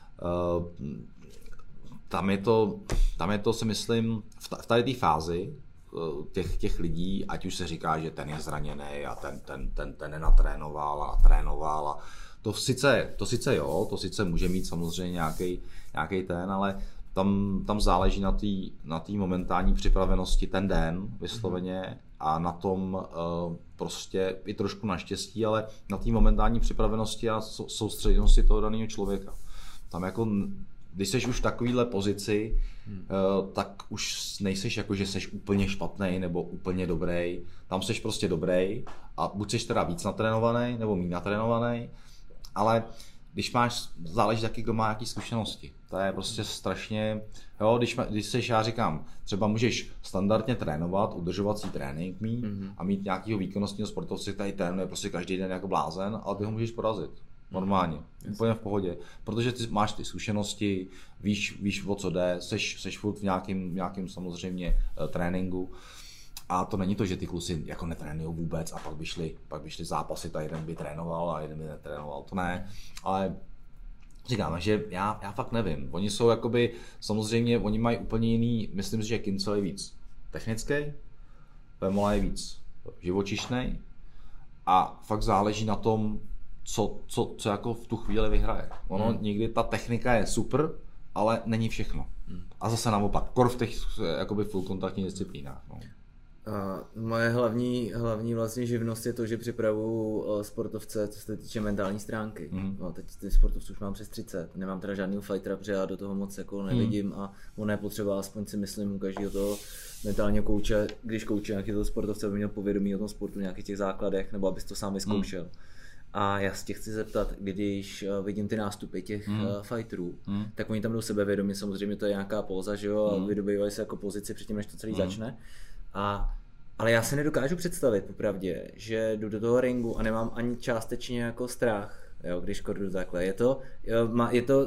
Tam je to, tam je to si myslím, v tady té fázi těch, těch lidí, ať už se říká, že ten je zraněný a ten, ten, ten, ten nenatrénoval a natrénoval. A to, sice, to sice jo, to sice může mít samozřejmě nějaký, nějaký ten, ale tam, tam záleží na té na té momentální připravenosti ten den vysloveně a na tom uh, prostě i trošku naštěstí, ale na té momentální připravenosti a soustředěnosti toho daného člověka. Tam jako když jsi už v takovéhle pozici, hmm. tak už nejseš jako, že jsi úplně špatný nebo úplně dobrý. Tam jsi prostě dobrý a buď jsi teda víc natrénovaný nebo méně natrénovaný, ale když máš, záleží taky, kdo má nějaké zkušenosti. To je prostě strašně, jo, když, když jsi, já říkám, třeba můžeš standardně trénovat, udržovací trénink mít hmm. a mít nějakého výkonnostního sportovce, který trénuje prostě každý den jako blázen, ale ty ho můžeš porazit. Normálně, yes. Úplně v pohodě, protože ty máš ty zkušenosti, víš, víš o co jde, seš, seš furt v nějakým, nějakým samozřejmě uh, tréninku a to není to, že ty kluci jako netrénují vůbec a pak by šli, pak by šli zápasy, a jeden by trénoval a jeden by netrénoval, to ne, ale říkám, že já, já fakt nevím, oni jsou jakoby, samozřejmě oni mají úplně jiný, myslím si, že Kincel je víc technický, Vémola je víc živočišnej a fakt záleží na tom, Co, co, co jako v tu chvíli vyhraje. Ono hmm. někdy ta technika je super, ale není všechno. Hmm. A zase naopak, kor v těch jakoby full kontaktních disciplínách. No. A moje hlavní, hlavní vlastně živnost je to, že připravuju sportovce, co se týče mentální stránky. Hmm. No, teď ty sportovců už mám přes třicet, nemám teda žádného fightera, protože já do toho moc jako nevidím hmm. a ono je potřeba, aspoň si myslím, u každého toho mentálního kouče, když kouče nějaký toho sportovce, aby měl povědomí o tom sportu v nějakých těch základech, nebo abys to sám vyzkoušel. Hmm. A já se tě chci zeptat, když vidím ty nástupy těch mm. fighterů, mm. tak oni tam jdou sebevědomě, samozřejmě to je nějaká póza, že jo, mm. a vydobývají se jako pozici předtím, než to celý mm. začne. A, ale já si nedokážu představit, popravdě, že jdu do toho ringu a nemám ani částečně jako strach, jo, když jdu takhle. Je to, je to,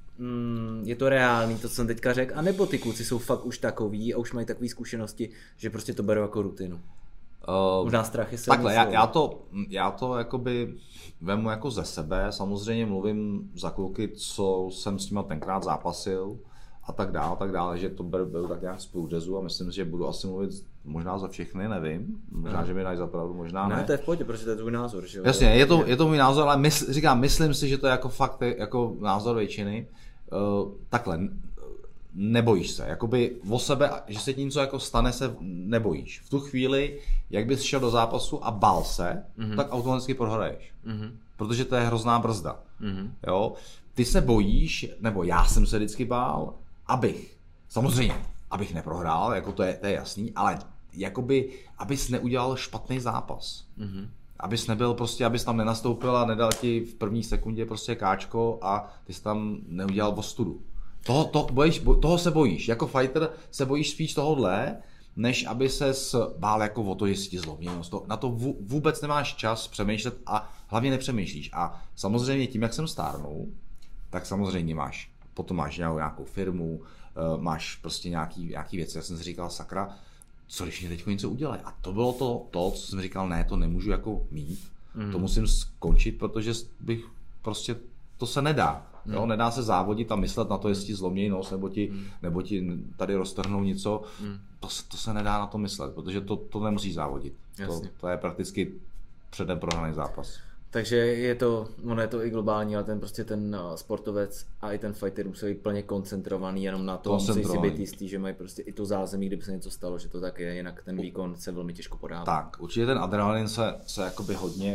je to reálný, to, co jsem teďka řekl, anebo ty kluci jsou fakt už takový a už mají takové zkušenosti, že prostě to berou jako rutinu. Uh, Možná strach je se takhle, já, já to, já to jakoby vemu jako ze sebe, samozřejmě mluvím za kluky, co jsem s nima tenkrát zápasil a tak dále, tak dále, že to beru, beru tak nějak z průřezu a myslím, že budu asi mluvit možná za všechny, nevím, možná, hmm. že mi dají za pravdu, možná ne. Ne, to je v pohodě, protože to je tvůj názor, že jo? Jasně, je to, je to můj názor, ale mysl, říkám, myslím si, že to je jako fakt jako názor většiny. Uh, takhle, nebojíš se, jakoby o sebe, že se ti něco jako stane, se nebojíš. V tu chvíli, jak bys šel do zápasu a bál se, mm-hmm. tak automaticky prohraješ. Mm-hmm. Protože to je hrozná brzda. Mm-hmm. Jo? Ty se bojíš, nebo já jsem se vždycky bál, abych, samozřejmě, abych neprohrál, jako to je, to je jasný, ale jakoby, abys neudělal špatný zápas. Mm-hmm. Abys nebyl prostě, abys tam nenastoupil a nedal ti v první sekundě prostě káčko a ty jsi tam neudělal ostudu. Toho, to, bojíš, toho se bojíš, jako fighter se bojíš spíš tohodle, než aby ses bál jako o to, že si ti zlomí. Na to vůbec nemáš čas přemýšlet a hlavně nepřemýšlíš. A samozřejmě tím, jak jsem stárnul, tak samozřejmě máš, potom máš nějakou firmu, máš prostě nějaký, nějaký věci. Já jsem si říkal, sakra, co když mě teď něco udělají? A to bylo to, to, co jsem říkal, ne, to nemůžu jako mít, mm. to musím skončit, protože bych prostě, to se nedá. Mm. Jo, nedá se závodit a myslet na to, jestli ti zlomějí nos, nebo ti, mm. nebo ti tady roztrhnou něco. Mm. To, to se nedá na to myslet, protože to, to nemusí závodit. To, to je prakticky předem prohraný zápas. Takže je to, ono je to i globální, ale ten prostě ten sportovec a i ten fighter musí být plně koncentrovaný jenom na to, musí si být jistý, že mají prostě i to zázemí, kdyby se něco stalo, že to tak je, jinak ten výkon se velmi těžko podává. Tak, určitě ten adrenalin se, se jakoby hodně,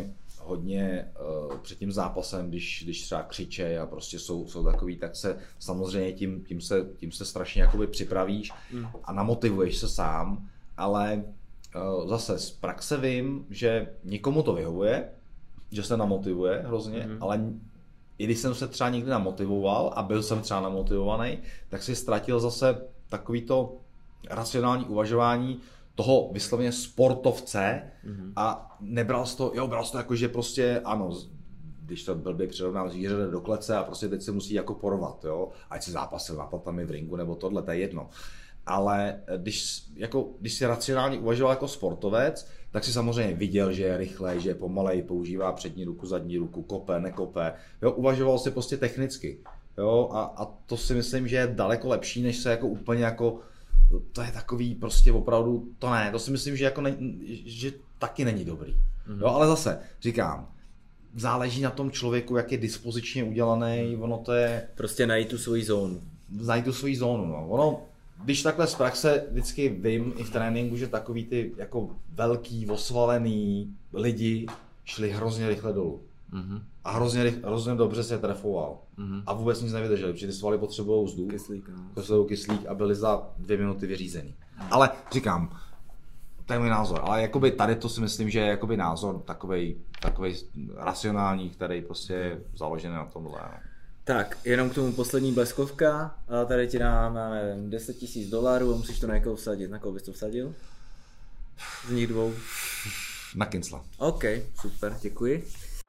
hodně uh, před tím zápasem, když, když třeba křičej a prostě jsou, jsou takový, tak se samozřejmě tím, tím, se, tím se strašně jakoby připravíš mm. a namotivuješ se sám, ale uh, zase z praxe vím, že nikomu to vyhovuje, že se namotivuje hrozně, mm. ale i když jsem se třeba někdy namotivoval a byl jsem třeba namotivovaný, tak si ztratil zase takový to racionální uvažování toho vysloveně sportovce mm-hmm. a nebral jsi to, jo, bral jsi to jako, že prostě ano, když to blbě přirovnám, zvíře jde do klece a prostě teď se musí jako porvat, jo, ať si zápasil na tatami v ringu nebo tohle, to je jedno. Ale když, jako, když si racionálně uvažoval jako sportovec, tak si samozřejmě viděl, že je rychlej, že je pomalej, používá přední ruku, zadní ruku, kope, nekope, jo, uvažoval si prostě technicky, jo, a, a to si myslím, že je daleko lepší, než se jako úplně jako to je takový prostě opravdu, to ne, to si myslím, že, jako ne, že taky není dobrý. Mm-hmm. Jo, ale zase říkám, záleží na tom člověku, jak je dispozičně udělaný, ono to je... Prostě najít tu svoji zónu. Najít tu svoji zónu, no. Ono, když takhle z praxe vždycky vím i v tréninku, že takový ty jako velký, osvalený lidi šli hrozně rychle dolů. Mm-hmm. A hrozně, hrozně dobře se trefoval. Mm-hmm. A vůbec nic nevydrželi, protože ty svaly potřebují vzduch, kyslík, no. kyslík a byli za dvě minuty vyřízený. Mm-hmm. Ale říkám, to je můj názor, ale jakoby tady to si myslím, že je jakoby názor takovej, takovej racionální, který prostě je založený na tomhle. No. Tak, jenom k tomu poslední bleskovka, a tady ti dáme deset tisíc dolarů a musíš to na někoho vsadit. Na koho bys to vsadil? Z nich dvou? Na Kincla. OK, super, děkuji.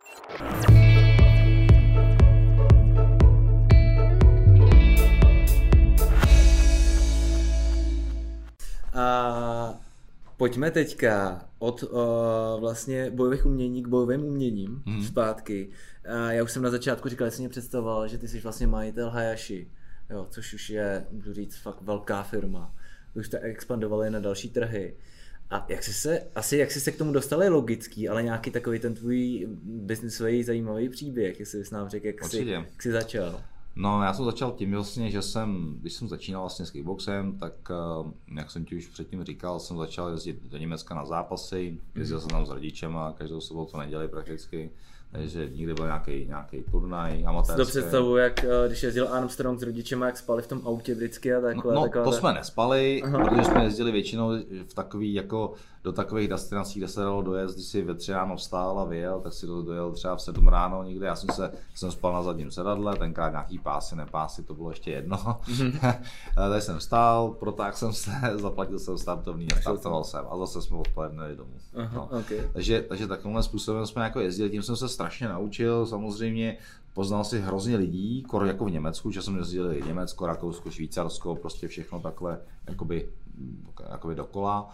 A pojďme teďka od uh, vlastně bojových umění k bojovým uměním mm. zpátky. A já už jsem na začátku říkal, že jsem mě představoval, že ty jsi vlastně majitel Hayashi, jo, což už je, můžu říct, fakt velká firma. Už jste expandovali na další trhy. A jak jsi se, asi jak jsi se k tomu dostal je logický, ale nějaký takový ten tvůj biznisový zajímavý příběh, jestli bys nám řekl, jak jsi, jak jsi začal. No, já jsem začal tím vlastně, že jsem, když jsem začínal vlastně s kickboxem, tak jak jsem ti už předtím říkal, jsem začal jezdit do Německa na zápasy, jezdil jsem tam s rodičema každou sobotu, neděli prakticky. Takže nikdy byl nějaký, nějaký turnaj amatérský. To představuji, jak když jezdil Armstrong s rodičema, jak spali v tom autě vždycky a takhle. No, takhle, to tak... jsme nespali, Aha. protože jsme jezdili většinou v takový, jako do takových destinací, kde se dalo dojet, když si ve tři ráno vstál a vyjel, tak si dojel třeba v sedm ráno někde. Já jsem se jsem spal na zadním sedadle, tenkrát nějaký pásy, nepásy, to bylo ještě jedno. Mm-hmm. Tady jsem vstál, protáhl jsem se, zaplatil jsem startovný a startoval jsem a zase jsme odpoledne domů. Aha, no. okay. takže, takže takovýmhle způsobem jsme jako jezdili, tím jsem se strašně naučil, samozřejmě poznal si hrozně lidí, skoro jako v Německu, že jsem jezdil i Německo, Rakousko, Švýcarsko, prostě všechno takhle jakoby, jakoby dokola.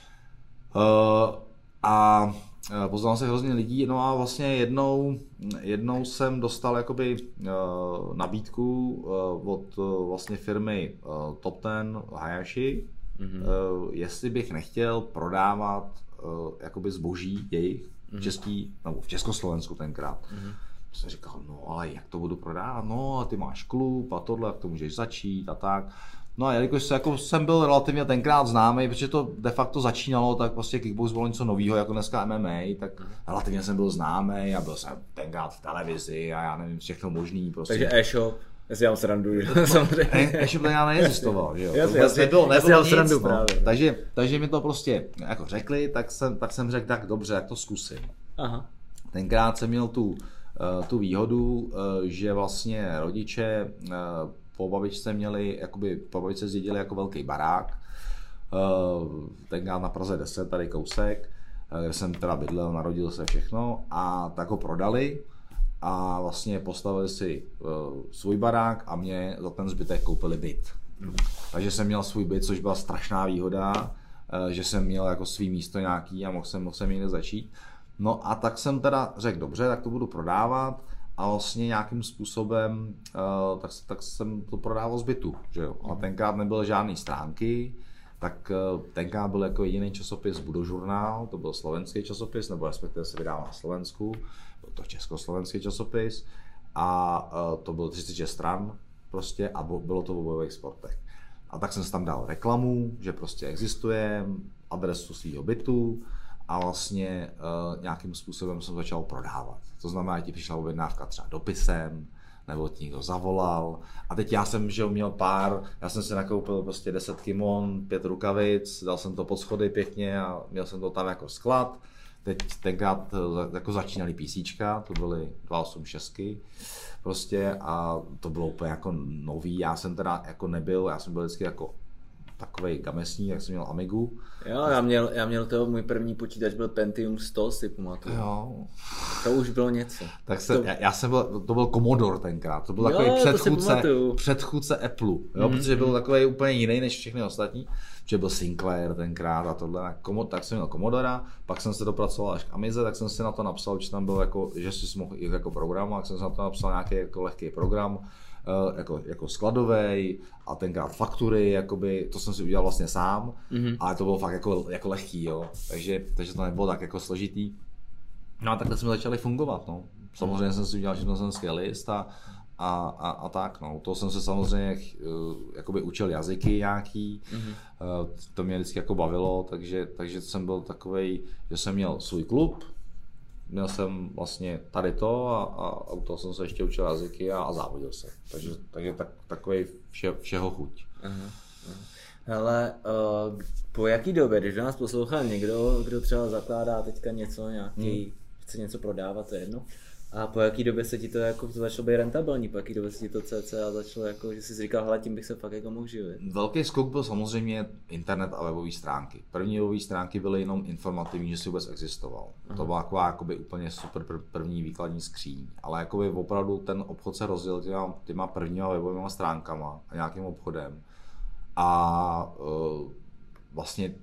Uh, a poznal se hrozně lidí, no a vlastně jednou, jednou jsem dostal jakoby uh, nabídku uh, od uh, vlastně firmy uh, Top Ten Hayashi, mm-hmm. uh, jestli bych nechtěl prodávat uh, jakoby zboží jejich mm-hmm. v český, nebo v Československu tenkrát. Mm-hmm. Jsem říkal, no ale jak to budu prodávat, no a ty máš klub a tohle, jak to můžeš začít a tak. No a jelikož se, jako jsem byl relativně tenkrát známý, protože to de facto začínalo, tak prostě kickbox bylo něco nového, jako dneska M M A, tak relativně jsem byl známý a byl jsem tenkrát v televizi a já nevím, všechno možný. Prostě. Takže e-shop, já si dělám srandu, samozřejmě. E-shop tenkrát neexistoval, že jo? Jasně, to nebylo, nebylo nic, srandu, no. právě. Takže, takže mi to prostě jako řekli, tak jsem, tak jsem řekl, tak dobře, jak to zkusím. Aha. Tenkrát jsem měl tu, tu výhodu, že vlastně rodiče po babičce měli, jakoby po babičce zdědili jako velký barák, tenkrát na Praze deset, tady kousek, kde jsem teda bydlel, narodil se všechno a tak ho prodali a vlastně postavili si svůj barák a mě za ten zbytek koupili byt. Mm. Takže jsem měl svůj byt, což byla strašná výhoda, že jsem měl jako svý místo nějaký a mohl jsem, mohl jsem někde začít. No a tak jsem teda řekl, dobře, tak to budu prodávat. A vlastně nějakým způsobem, uh, tak, tak jsem to prodával z bytu, že jo. A tenkrát nebyly žádné stránky, tak uh, tenkrát byl jako jediný časopis Budožurnál, to byl slovenský časopis, nebo respektive se vydával na Slovensku, byl to československý časopis a uh, to bylo třicet šest stran prostě a bylo to v bojových sportech. A tak jsem si tam dal reklamu, že prostě existuje, adresu svého bytu a vlastně uh, nějakým způsobem jsem začal prodávat. To znamená, že ti přišla objednávka třeba dopisem, nebo ti někdo zavolal. A teď já jsem že měl pár, já jsem si nakoupil prostě deset kimon, pět rukavic, dal jsem to pod schody pěkně a měl jsem to tam jako sklad. Teď tenkrát jako začínaly PCčka, to byly dvě osm šest prostě a to bylo úplně jako nový. Já jsem teda jako nebyl, já jsem byl vždycky jako takovej gamesní, jak jsem měl Amigu. Jo, já měl, já měl toho, můj první počítač byl Pentium sto, si pamatuju. Jo. To už bylo něco. Tak se, to... já, já jsem byl, to byl Commodore tenkrát, to byl jo, takový předchůdce, předchůdce Apple, jo, mm-hmm. protože byl takový úplně jiný než všechny ostatní, protože byl Sinclair tenkrát a tohle, tak jsem měl Commodora, pak jsem se dopracoval až k Amize, tak jsem si na to napsal, že tam byl jako, že si mohl jít jako program, tak jsem si na to napsal nějaký jako lehký program, jako, jako skladovej a tenkrát faktury, jakoby, to jsem si udělal vlastně sám, mm-hmm. ale to bylo fakt jako, jako lehký, jo, takže, takže to nebylo tak jako složitý. No a takhle jsme začali fungovat, no. Samozřejmě jsem si udělal živnostenský list a, a, a, a tak, no. To jsem se samozřejmě uh, jakoby učil jazyky nějaký, mm-hmm. uh, to mě vždycky jako bavilo, takže, takže jsem byl takovej, že jsem měl svůj klub, měl jsem vlastně tady to a, a u toho jsem se ještě učil jazyky a, a závodil jsem. Takže, takže tak, takovej vše, všeho chuť. Aha, aha. Hele, uh, po jaký době, když do nás poslouchal někdo, kdo třeba zakládá teďka něco, nějaký, hmm. chce něco prodávat, to je jedno, a po jaký době se ti to jako to začalo být rentabilní, po jaký době se ti to cca začalo jako, že jsi říkal, hele, tím bych se fakt jako mohl živit. Velký skok byl samozřejmě internet a webové stránky. První webové stránky byly jenom informativní, že si vůbec existoval. Aha. To byla taková jakoby úplně super první výkladní skříň, ale jakoby opravdu ten obchod se rozdělil těma, těma prvníma webovými stránkama a nějakým obchodem. A uh, vlastně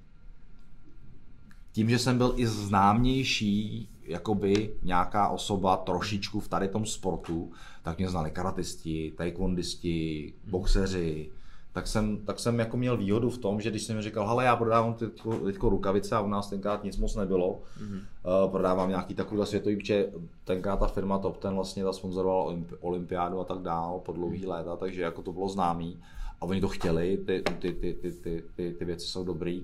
tím, že jsem byl i známější jakoby nějaká osoba trošičku v tady tom sportu, tak mě znali karatisti, taekwondisti, boxeři, tak jsem, tak jsem jako měl výhodu v tom, že když jsem mi říkal, hele, já prodávám teďko, teďko rukavice a u nás tenkrát nic moc nebylo, mm-hmm. uh, prodávám nějaký takovýhle světový, protože tenkrát ta firma Top Ten vlastně ta sponzorovala olympiádu a tak dál po dlouhý léta, takže jako to bylo známý a oni to chtěli, ty, ty, ty, ty, ty, ty, ty věci jsou dobrý.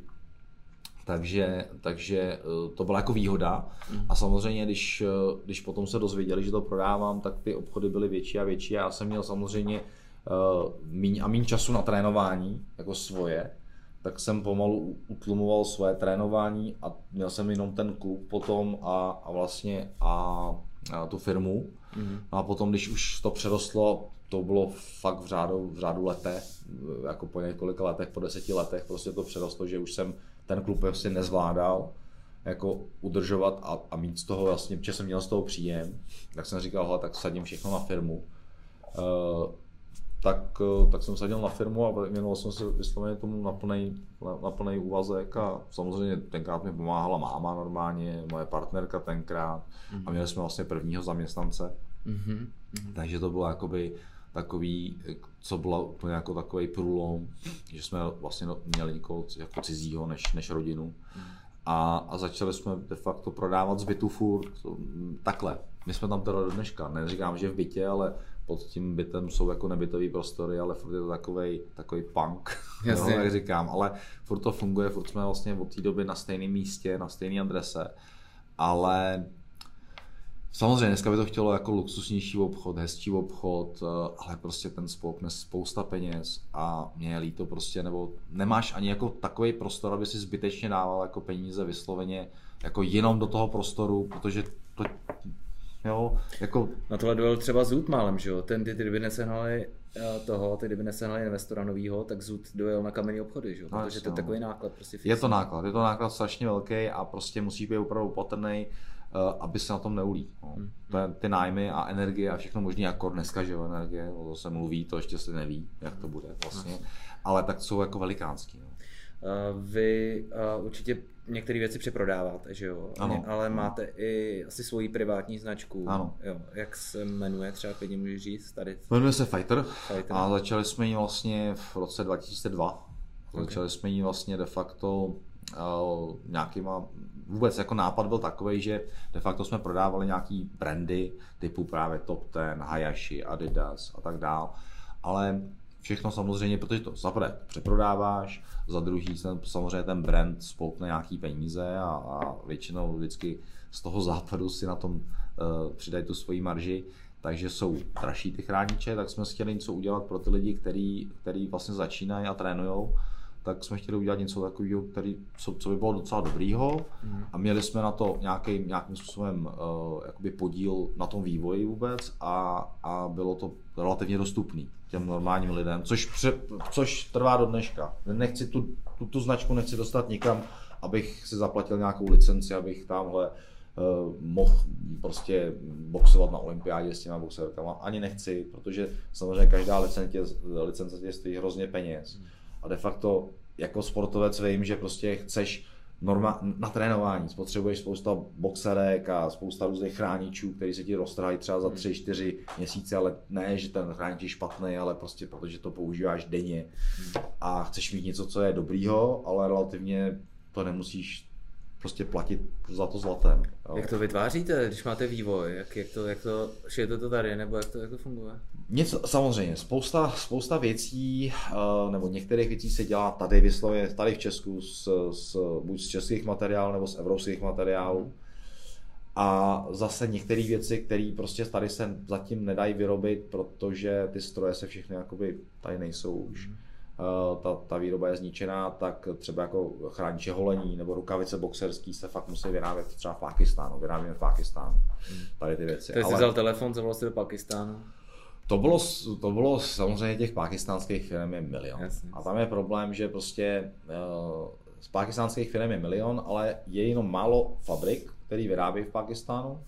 Takže, takže to byla jako výhoda a samozřejmě, když, když potom se dozvěděli, že to prodávám, tak ty obchody byly větší a větší a já jsem měl samozřejmě uh, míň a míň času na trénování, jako svoje, tak jsem pomalu utlumoval své trénování a měl jsem jenom ten klub potom a, a vlastně a, a tu firmu. Mm-hmm. A potom, když už to přerostlo, to bylo fakt v řádu, v řádu letech, jako po několika letech, po deseti letech, prostě to přerostlo, že už jsem ten klub prostě nezvládal jako udržovat a, a mít z toho vlastně, protože jsem měl z toho příjem, tak jsem říkal, hele, tak sadím všechno na firmu. Uh, tak, tak jsem sadil na firmu a věnoval jsem se vysloveně tomu na plný, na plný úvazek a samozřejmě tenkrát mi pomáhala máma normálně, moje partnerka tenkrát mm-hmm. a měli jsme vlastně prvního zaměstnance. Mm-hmm. Takže to bylo jakoby takový, co bylo úplně jako takový průlom, že jsme vlastně měli někoho jako cizího než, než rodinu. A, a začali jsme de facto prodávat z bytu furt takhle. My jsme tam teda do dneška, neříkám, že v bytě, ale pod tím bytem jsou jako nebytový prostory, ale furt je to takovej, takovej punk, jo, jak říkám. Ale furt to funguje, furt jsme vlastně od té doby na stejném místě, na stejné adrese, ale samozřejmě dneska by to chtělo jako luxusnější obchod, hezčí obchod, ale prostě ten spolk nese spousta peněz a mě je líto prostě, nebo nemáš ani jako takový prostor, aby si zbytečně dával jako peníze vysloveně jako jenom do toho prostoru, protože to, jo, jako... Na tohle dojel třeba Zud málem, že jo, ten ty, ty kdyby nesehnali toho, ty kdyby nesehnali investora novýho, tak Zud dojel na kamenný obchody, že jo, protože no, to je takový náklad prostě fyzický. Je to náklad, je to náklad strašně velký a prostě musí být opravdu opatrnej, aby se na tom neulí. No. Hmm. Ty nájmy a energie a všechno možný, jako dneska, že jo, energie, o to se mluví, to ještě se neví, jak to bude vlastně, hmm. ale tak jsou jako velikánský. No. Vy určitě některé věci přeprodáváte, že jo, ano, ale ano. máte i asi svoji privátní značku. Ano. Jo. Jak se jmenuje, třeba klidně můžeš říct tady? Jmenuje se Fighter, Fighter a začali jsme ji vlastně v roce dva tisíce dva. Okay. Začali jsme ji vlastně de facto uh, nějakýma, vůbec jako nápad byl takový, že de facto jsme prodávali nějaký brandy typu právě Top Ten, Hayashi, Adidas a tak dál, ale všechno samozřejmě, protože to za prvé přeprodáváš, za druhý ten, samozřejmě ten brand spolkne nějaký peníze a, a většinou vždycky z toho západu si na tom uh, přidají tu svoji marži, takže jsou dražší ty chrániče, tak jsme chtěli něco udělat pro ty lidi, který, který vlastně začínají a trénujou, tak jsme chtěli udělat něco takového, který, co, co by bylo docela dobrýho mm. a měli jsme na to nějaký, nějakým způsobem uh, jakoby podíl na tom vývoji vůbec a, a bylo to relativně dostupný těm normálním lidem, což, pře, což trvá do dneška. Nechci tu, tu, tu značku nechci dostat nikam, abych si zaplatil nějakou licenci, abych tamhle uh, mohl prostě boxovat na olympiádě s těma boxerkama. Ani nechci, protože samozřejmě každá licence, licence tě stojí hrozně peněz. Mm. A de facto jako sportovec vím, že prostě chceš norma, na trénování, potřebuješ spousta boxerek a spousta různých chráničů, který se ti roztrhají třeba za tři čtyři měsíce, ale ne, že ten chránič je špatný, ale prostě protože to používáš denně a chceš mít něco, co je dobrýho, ale relativně to nemusíš prostě platit za to zlatem. Jo. Jak to vytváříte, když máte vývoj? Jak, jak to, jak to, šijete to tady, nebo jak to, jak to funguje? Něco, samozřejmě, spousta, spousta věcí, nebo některých věcí se dělá tady vyslově, tady v Česku, s, s, buď z českých materiálů, nebo z evropských materiálů. A zase některé věci, které prostě tady se zatím nedají vyrobit, protože ty stroje se všechny jakoby tady nejsou už. Ta, ta výroba je zničená, tak třeba jako chrániče holení nebo rukavice boxerský se fakt musí vyrábět třeba v Pákistánu, vyrábíme v Pákistánu, tady ty věci. Takže jsi vzal telefon, zavolal jsi do Pákistánu? To bylo, to bylo samozřejmě těch pákistánských firm je milion. Jasně. A tam je problém, že prostě uh, z pákistánských firm je milion, ale je jenom málo fabrik, který vyrábí v Pákistánu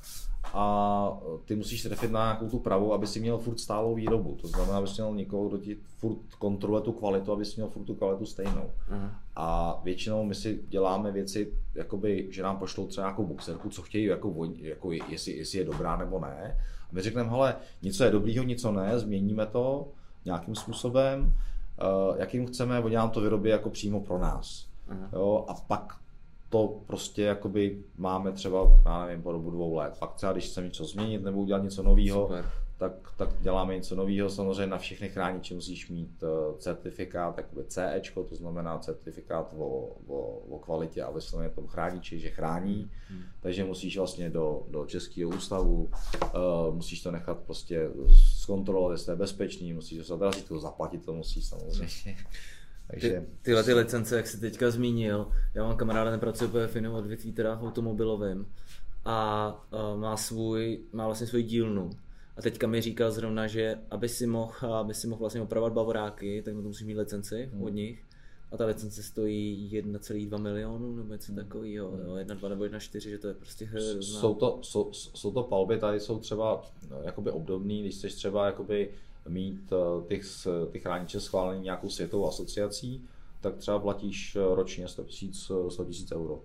a ty musíš trefit na nějakou tu pravou, aby si měl furt stálou výrobu. To znamená, aby si měl někoho, kdo ti furt kontroluje tu kvalitu, aby si měl furt tu kvalitu stejnou. Uh-huh. A většinou my si děláme věci, jakoby, že nám pošlou třeba nějakou boxerku, co chtějí, jako, jako jestli, jestli je dobrá nebo ne. A my řekneme, hele, něco je dobrýho, něco ne, změníme to nějakým způsobem, uh, jakým chceme, oni nám to vyrobí jako přímo pro nás. Uh-huh. Jo, a pak to prostě jakoby máme třeba, já nevím, po dobu dvou let. Pak třeba, když chceme něco změnit nebo udělat něco nového, tak, tak děláme něco nového. Samozřejmě na všechny chrániče musíš mít uh, certifikát, jakoby CEčko, to znamená certifikát o, o, o kvalitě a vysloveně tom chrániči, že chrání. Hmm. Takže musíš vlastně do, do Českého ústavu, uh, musíš to nechat prostě zkontrolovat, jestli je bezpečný, musíš to zadrazit, to zaplatit to musíš samozřejmě. Takže... Ty, tyhle ty licence, jak jsi teďka zmínil, já mám kamaráda, nepracuje v jiném odvětví, teda v automobilovém a uh, má svůj, má vlastně svůj dílnu. A teďka mi říkal zrovna, že aby si mohl, aby si mohl vlastně opravovat bavoráky, tak to musíš mít licenci hmm. od nich. A ta licence stojí jedna celá dva milionu nebo něco hmm. takového, jo, jedna celá dva nebo jedna celá čtyři, že to je prostě hrozná. Jsou to, jsou, jsou to palby, tady jsou třeba jakoby obdobný, když chceš třeba jakoby mít ty, ty chrániče schválený nějakou světovou asociací, tak třeba platíš ročně sto tisíc euro.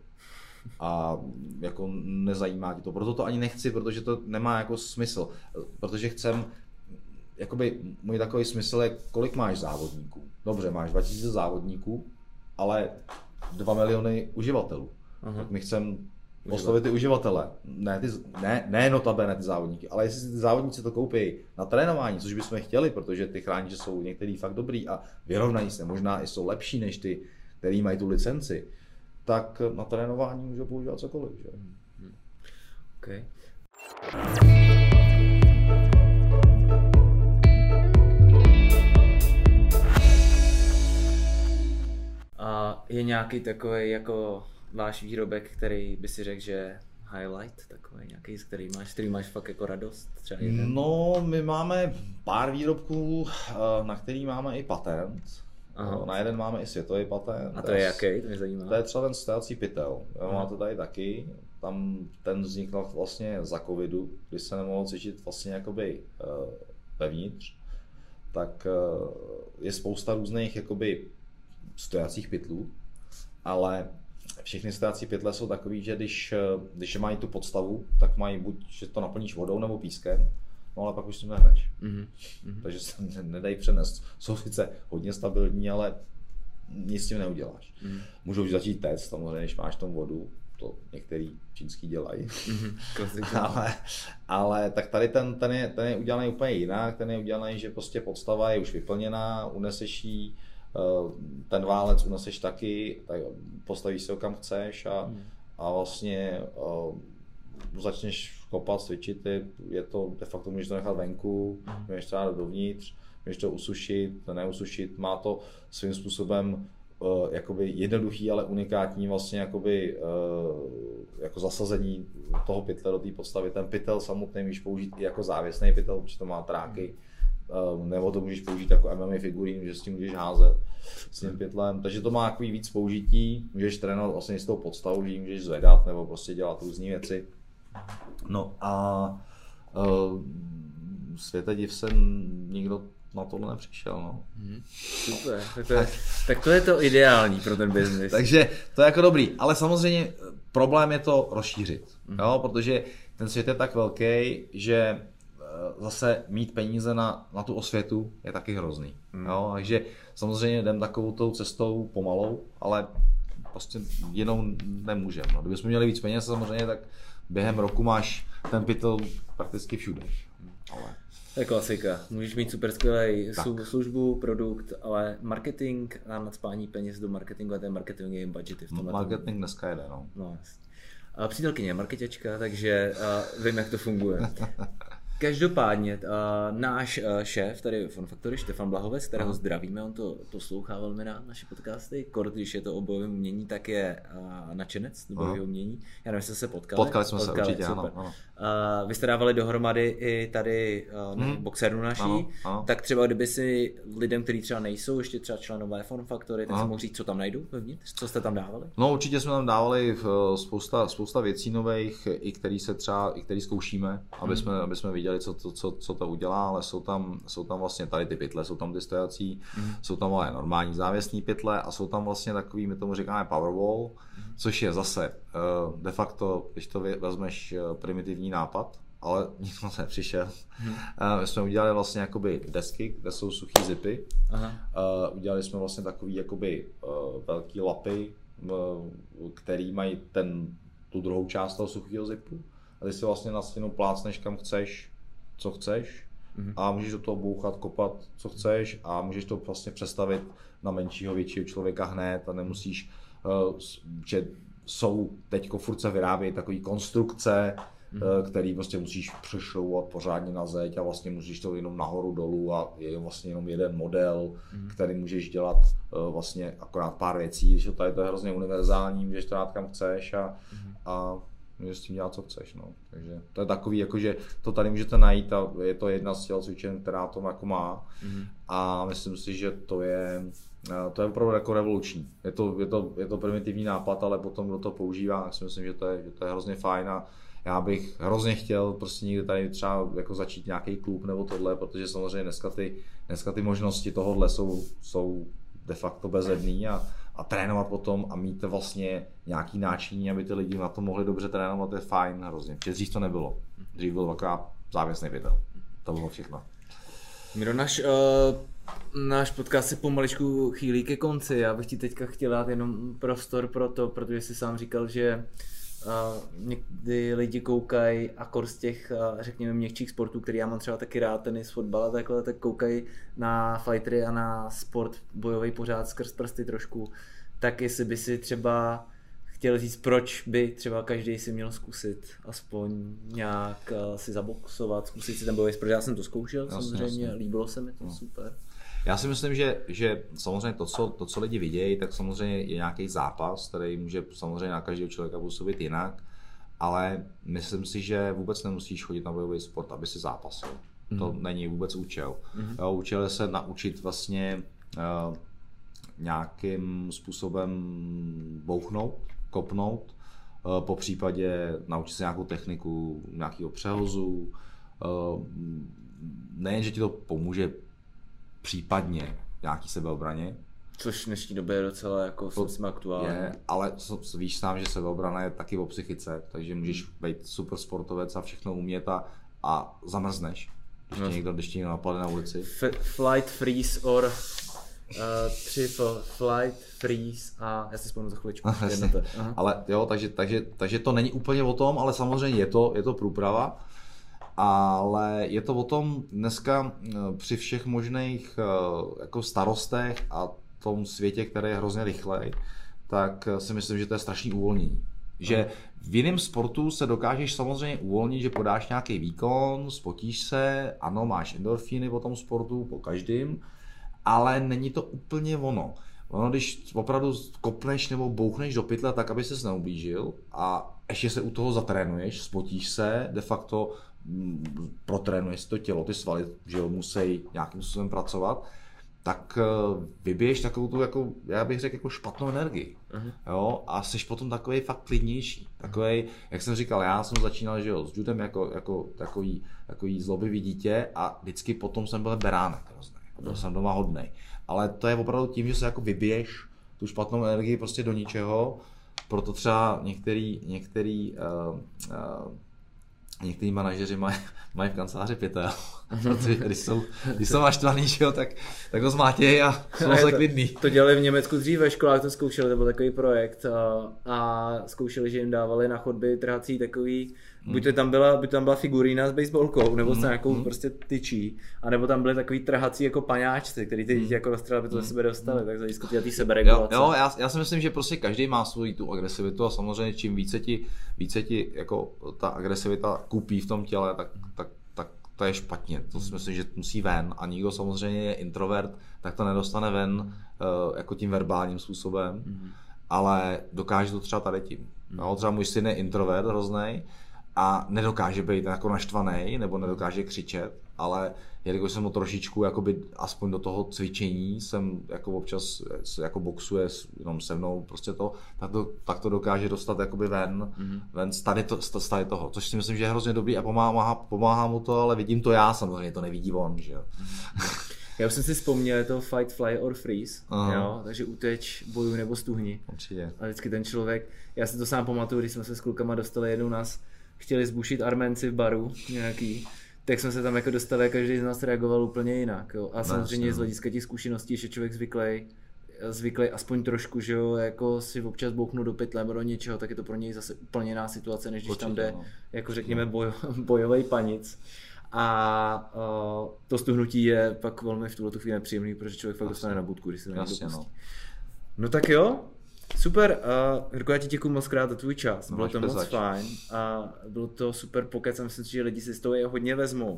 A jako nezajímá tě to. Proto to ani nechci, protože to nemá jako smysl. Protože chcem, jakoby můj takový smysl je, kolik máš závodníků. Dobře, máš dva tisíce závodníků, ale dva miliony uživatelů. Aha. Tak my chceme oslovit ty uživatele, ne, ty, ne, ne notabene ty závodníky, ale jestli si ty závodníci to koupí na trénování, což bychom chtěli, protože ty chrániče jsou některý fakt dobrý a vyrovnají se, možná i jsou lepší než ty, který mají tu licenci, tak na trénování můžou používat cokoliv. Že? Hmm. Okay. A je nějaký takový jako váš výrobek, který by si řekl, že highlight, takový nějaký, z který máš, z který máš fakt jako radost? Třeba jeden? No, my máme pár výrobků, na který máme i patent. Aha. Na jeden máme i světový patent. A to je jaký? To mě zajímá. To je třeba ten stojací pytel. Má to tady taky. Tam ten vznikl vlastně za covidu, když se nemohlo cvičit vlastně jakoby uh, vevnitř. Tak uh, je spousta různých jakoby stojacích pytlů, ale všechny stojací pytle jsou takový, že když, když mají tu podstavu, tak mají buď, že to naplníš vodou nebo pískem, no ale pak už s tím nehneš. Mm-hmm. Takže se nedají přenést. Jsou sice hodně stabilní, ale nic s tím neuděláš. Mm-hmm. Můžou už začít téct, samozřejmě, když máš tom vodu, to některý čínský dělají. Mm-hmm. ale, ale tak tady ten, ten, je, ten je udělaný úplně jinak, ten je udělaný, že prostě podstava je už vyplněná, uneseš jí, ten válec uneseš taky, tak postavíš si ho kam chceš a, mm. a vlastně uh, začneš kopat, cvičit, je, je to de facto můžeš to nechat venku, mm. můžeš to dát dovnitř, můžeš to usušit, neusušit, má to svým způsobem uh, jakoby jednoduchý, ale unikátní vlastně jakoby, uh, jako zasazení toho pytle do té podstavy. Ten pytel samotný můžeš použít i jako závěsný pytel, protože to má tráky, mm. uh, nebo to můžeš použít jako M M A figurín, že s tím můžeš házet s tím pytlem, takže to má takový víc použití, můžeš trénovat vlastně s tou podstavou, že ji můžeš zvedat nebo prostě dělat různé věci. No a uh, světe div se nikdo na tohle nepřišel, no. Hmm, super, tak to, je, tak to je to ideální pro ten biznis. Takže to je jako dobrý, ale samozřejmě problém je to rozšířit, hmm. jo, protože ten svět je tak velký, že zase mít peníze na, na tu osvětu je taky hrozný, hmm. jo, takže samozřejmě jdem takovou tou cestou pomalou, ale prostě jinou nemůžeme. No. Kdybychom měli víc peněz samozřejmě, tak během roku máš ten pytel prakticky všude. Ale... To je klasika. Můžeš mít super skvělý službu, produkt, ale marketing a nadspání peněz do marketingu a ten marketing budgety v tom. Marketing dneska jde, no. no a přítelkyně je marketačka, takže uh, vím, jak to funguje. Každopádně uh, náš uh, šéf tady v Fun Factory, Štefan Blahovec, kterého Aha. zdravíme, on to poslouchá velmi rád, naše podcasty. Kort, když je to o bojovém umění, tak je uh, nadšenec do bojového umění. Já nevím, jestli se potkali. Potkali jsme potkali, se určitě, super. Ano. ano. Uh, vy jste dávali dohromady i tady uh, hmm. boxerů naší, ano, ano. Tak třeba kdyby si lidem, kteří třeba nejsou ještě třeba členové Fun Factory, tak si mohl říct, co tam najdou vevnitř, co jste tam dávali? No určitě jsme tam dávali spousta, spousta věcí nových, i který se třeba, i který zkoušíme, aby hmm. jsme, aby jsme viděli, co to, co, co to udělá, ale jsou tam, jsou tam vlastně tady ty pytle, jsou tam ty stojací, mm. jsou tam ale normální závěsní pytle a jsou tam vlastně takový, my tomu říkáme powerwall, mm. což je zase de facto, když to vezmeš primitivní nápad, ale nikdo se nepřišel. Mm. My jsme udělali vlastně jakoby desky, kde jsou suchý zipy. Aha. Udělali jsme vlastně takový jakoby velký lapy, který mají ten, tu druhou část toho suchého zipu. A ty si vlastně na stěnu plácneš kam chceš, co chceš mm-hmm. a můžeš do toho bouchat, kopat, co chceš a můžeš to vlastně přestavit na menšího, většího člověka hned a nemusíš, uh, že jsou teďko furt se vyrábějí takové konstrukce, mm-hmm. uh, který prostě musíš přešrouvat pořádně na zeď a vlastně musíš to jenom nahoru dolů a je vlastně jenom jeden model, mm-hmm. který můžeš dělat uh, vlastně akorát pár věcí, když to tady to je hrozně univerzální, můžeš to dát kam chceš a, mm-hmm. a můžeš s tím dělat, co chceš, no. Takže to je takový, jakože to tady můžete najít a je to jedna z těch cvičen, která to jako má mm-hmm. a myslím si, že to je, to je opravdu jako revoluční. Je to, je to, je to primitivní nápad, ale potom kdo to používá, tak si myslím, že to je, že to je hrozně fajn a já bych hrozně chtěl prostě někde tady třeba jako začít nějaký klub nebo tohle, protože samozřejmě dneska ty, dneska ty možnosti tohohle jsou, jsou de facto bezedný a a trénovat potom a mít vlastně nějaký náčiní, aby ty lidi na to mohli dobře trénovat, je fajn hrozně. Protože dřív to nebylo. Dřív byl taková závěsný pytel. To bylo všechno. Miro, náš, uh, náš podcast se pomaličku chýlí ke konci. Já bych ti teďka chtěl dát jenom prostor pro to, protože jsi sám říkal, že uh, někdy lidi koukají akor z těch, uh, řekněme, měkčích sportů, který já mám třeba taky rád, tenis, fotbal a takhle, tak koukají na fightery a na sport bojový pořád skrz prsty trošku. Tak jestli by si třeba chtěl říct, proč by třeba každý si měl zkusit aspoň nějak uh, si zaboxovat, zkusit si ten bojový sport. Já jsem to zkoušel, jasně, samozřejmě, jasně. Líbilo se mi to, no. Super. Já si myslím, že, že samozřejmě to co, to, co lidi vidějí, tak samozřejmě je nějaký zápas, který může samozřejmě na každého člověka působit jinak, ale myslím si, že vůbec nemusíš chodit na bojový sport, aby si zápasil. Mm-hmm. To není vůbec účel. Mm-hmm. Jo, účel je se naučit vlastně uh, nějakým způsobem bouchnout, kopnout, uh, po případě naučit se nějakou techniku, nějakého přehozu. Uh, nejen, že ti to pomůže případně nějaký sebeobraně. Což v dnešní době je docela jako to jsme aktuální. Je, ale víš sám, že sebeobrana je taky o psychice, takže můžeš být super sportovec a všechno umět a, a zamrzneš, když, no. tě někdo, když tě někdo napadne na ulici. F- flight, freeze or tři f, flight, freeze a já si vzpomenu za chviličku. Ale jo, takže, takže, takže to není úplně o tom, ale samozřejmě je to, je to průprava. Ale je to o tom dneska při všech možných jako starostech a tom světě, který je hrozně rychlej, tak si myslím, že to je strašný uvolnění. Že v jiném sportu se dokážeš samozřejmě uvolnit, že podáš nějaký výkon, spotíš se, ano, máš endorfíny po tom sportu, po každém, ale není to úplně ono. Ono, když opravdu kopneš nebo bouchneš do pytle tak, aby ses neublížil a ještě se u toho zatrénuješ, spotíš se, de facto protrénuješ to tělo, ty svaly, že jo, musí nějakým způsobem pracovat, tak vybiješ takovou tu, jako, já bych řekl, jako špatnou energii. Uh-huh. Jo, a jsi potom takovej fakt klidnější. Takovej, jak jsem říkal, já jsem začínal, že jo, s judem jako, jako takový, takový zlobivý dítě a vždycky potom jsem byl beránek hrozný. Byl uh-huh. jsem doma hodnej. Ale to je opravdu tím, že se jako vybiješ tu špatnou energii prostě do ničeho, proto třeba některý, některý uh, uh, Někteří manažeři mají, mají v kanceláři pytel, protože když jsou, když jsou naštvaný, že jo, tak, tak ho zmátějí a jsou zase klidný. To dělali v Německu dřív, ve školách to zkoušeli, to byl takový projekt a, a zkoušeli, že jim dávali na chodby trhací takový, hmm. buď to tam byla, buď tam byla figurína s baseballkou, nebo s nějakou hmm. prostě tyčí, anebo tam byly takový trhací jako paňáčci, který ty děti jako rozstřelili, aby to ze sebe dostali, tak z hlediska té seberegulace. Jo, jo já, já si myslím, že prostě každý má svou tu agresivitu a samozřejmě čím více ti, více ti jako ta agresivita kupí v tom těle, tak, tak, tak to je špatně. To si myslím, že musí ven a nikdo samozřejmě je introvert, tak to nedostane ven uh, jako tím verbálním způsobem, mm. ale dokáže to třeba tady tím. Mm. No, třeba můj syn je introvert hroznej a nedokáže být jako naštvaný nebo nedokáže křičet, ale jelikož jsem ho trošičku jakoby, aspoň do toho cvičení jsem jako občas jako boxuje jenom se mnou prostě to, tak to, tak to dokáže dostat jakoby ven, mm-hmm. ven z tady, to, z tady toho, což si myslím, že je hrozně dobrý a pomáhá, pomáhá mu to, ale vidím to já samozřejmě, to nevidí on, že jo. Mm-hmm. Já už jsem si vzpomněl, to fight, fly or freeze, jo? Takže uteč, bojuj nebo stuhni. Určitě. A vždycky ten člověk, já si to sám pamatuju, když jsme se s klukama dostali jednou nás, chtěli zbušit Arménci v baru nějaký, tak jsme se tam jako dostali a každý z nás reagoval úplně jinak. Jo? A samozřejmě no, z hlediska těch zkušeností, že člověk zvyklý, zvyklý aspoň trošku, že jo, jako si občas bouchnu do pytle nebo do něčeho, tak je to pro něj zase úplně jiná situace, než když Určitě, tam jde, no. jako řekněme, boj, bojový panic. A uh, to stuhnutí je pak velmi v tuhle chvíli nepříjemný, protože člověk fakt dostane na budku, když se to někdo pustí. No. no tak jo, super, uh, Jirko, já ti děkuju moc krát za tvůj čas, no, bylo to moc zač. fajn a bylo to super pokec a myslím si, že lidi si z toho je hodně vezmou.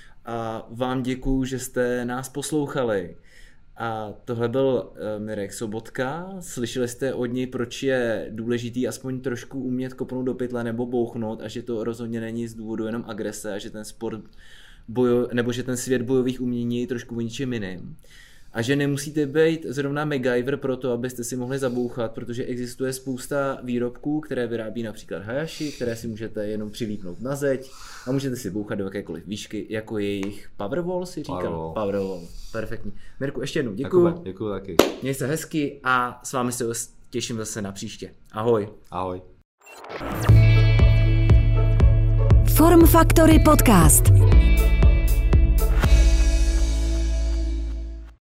A vám děkuju, že jste nás poslouchali. A tohle byl uh, Mirek Sobotka, slyšeli jste od něj, proč je důležitý aspoň trošku umět kopnout do pytle nebo bouchnout a že to rozhodně není z důvodu jenom agrese a že ten sport bojo, nebo že ten svět bojových umění je trošku o ničem jiným. A že nemusíte být zrovna MacGyver pro to, abyste si mohli zabouchat, protože existuje spousta výrobků, které vyrábí například Hayashi, které si můžete jenom přilípnout na zeď a můžete si bouchat do jakékoliv výšky, jako jejich Powerwall si říkal? Powerwall. Powerwall. Perfektní. Mirku, ještě jednou děkuju. Děkuju taky. Měj se hezky a s vámi se těším zase na příště. Ahoj. Ahoj. Form Factory Podcast.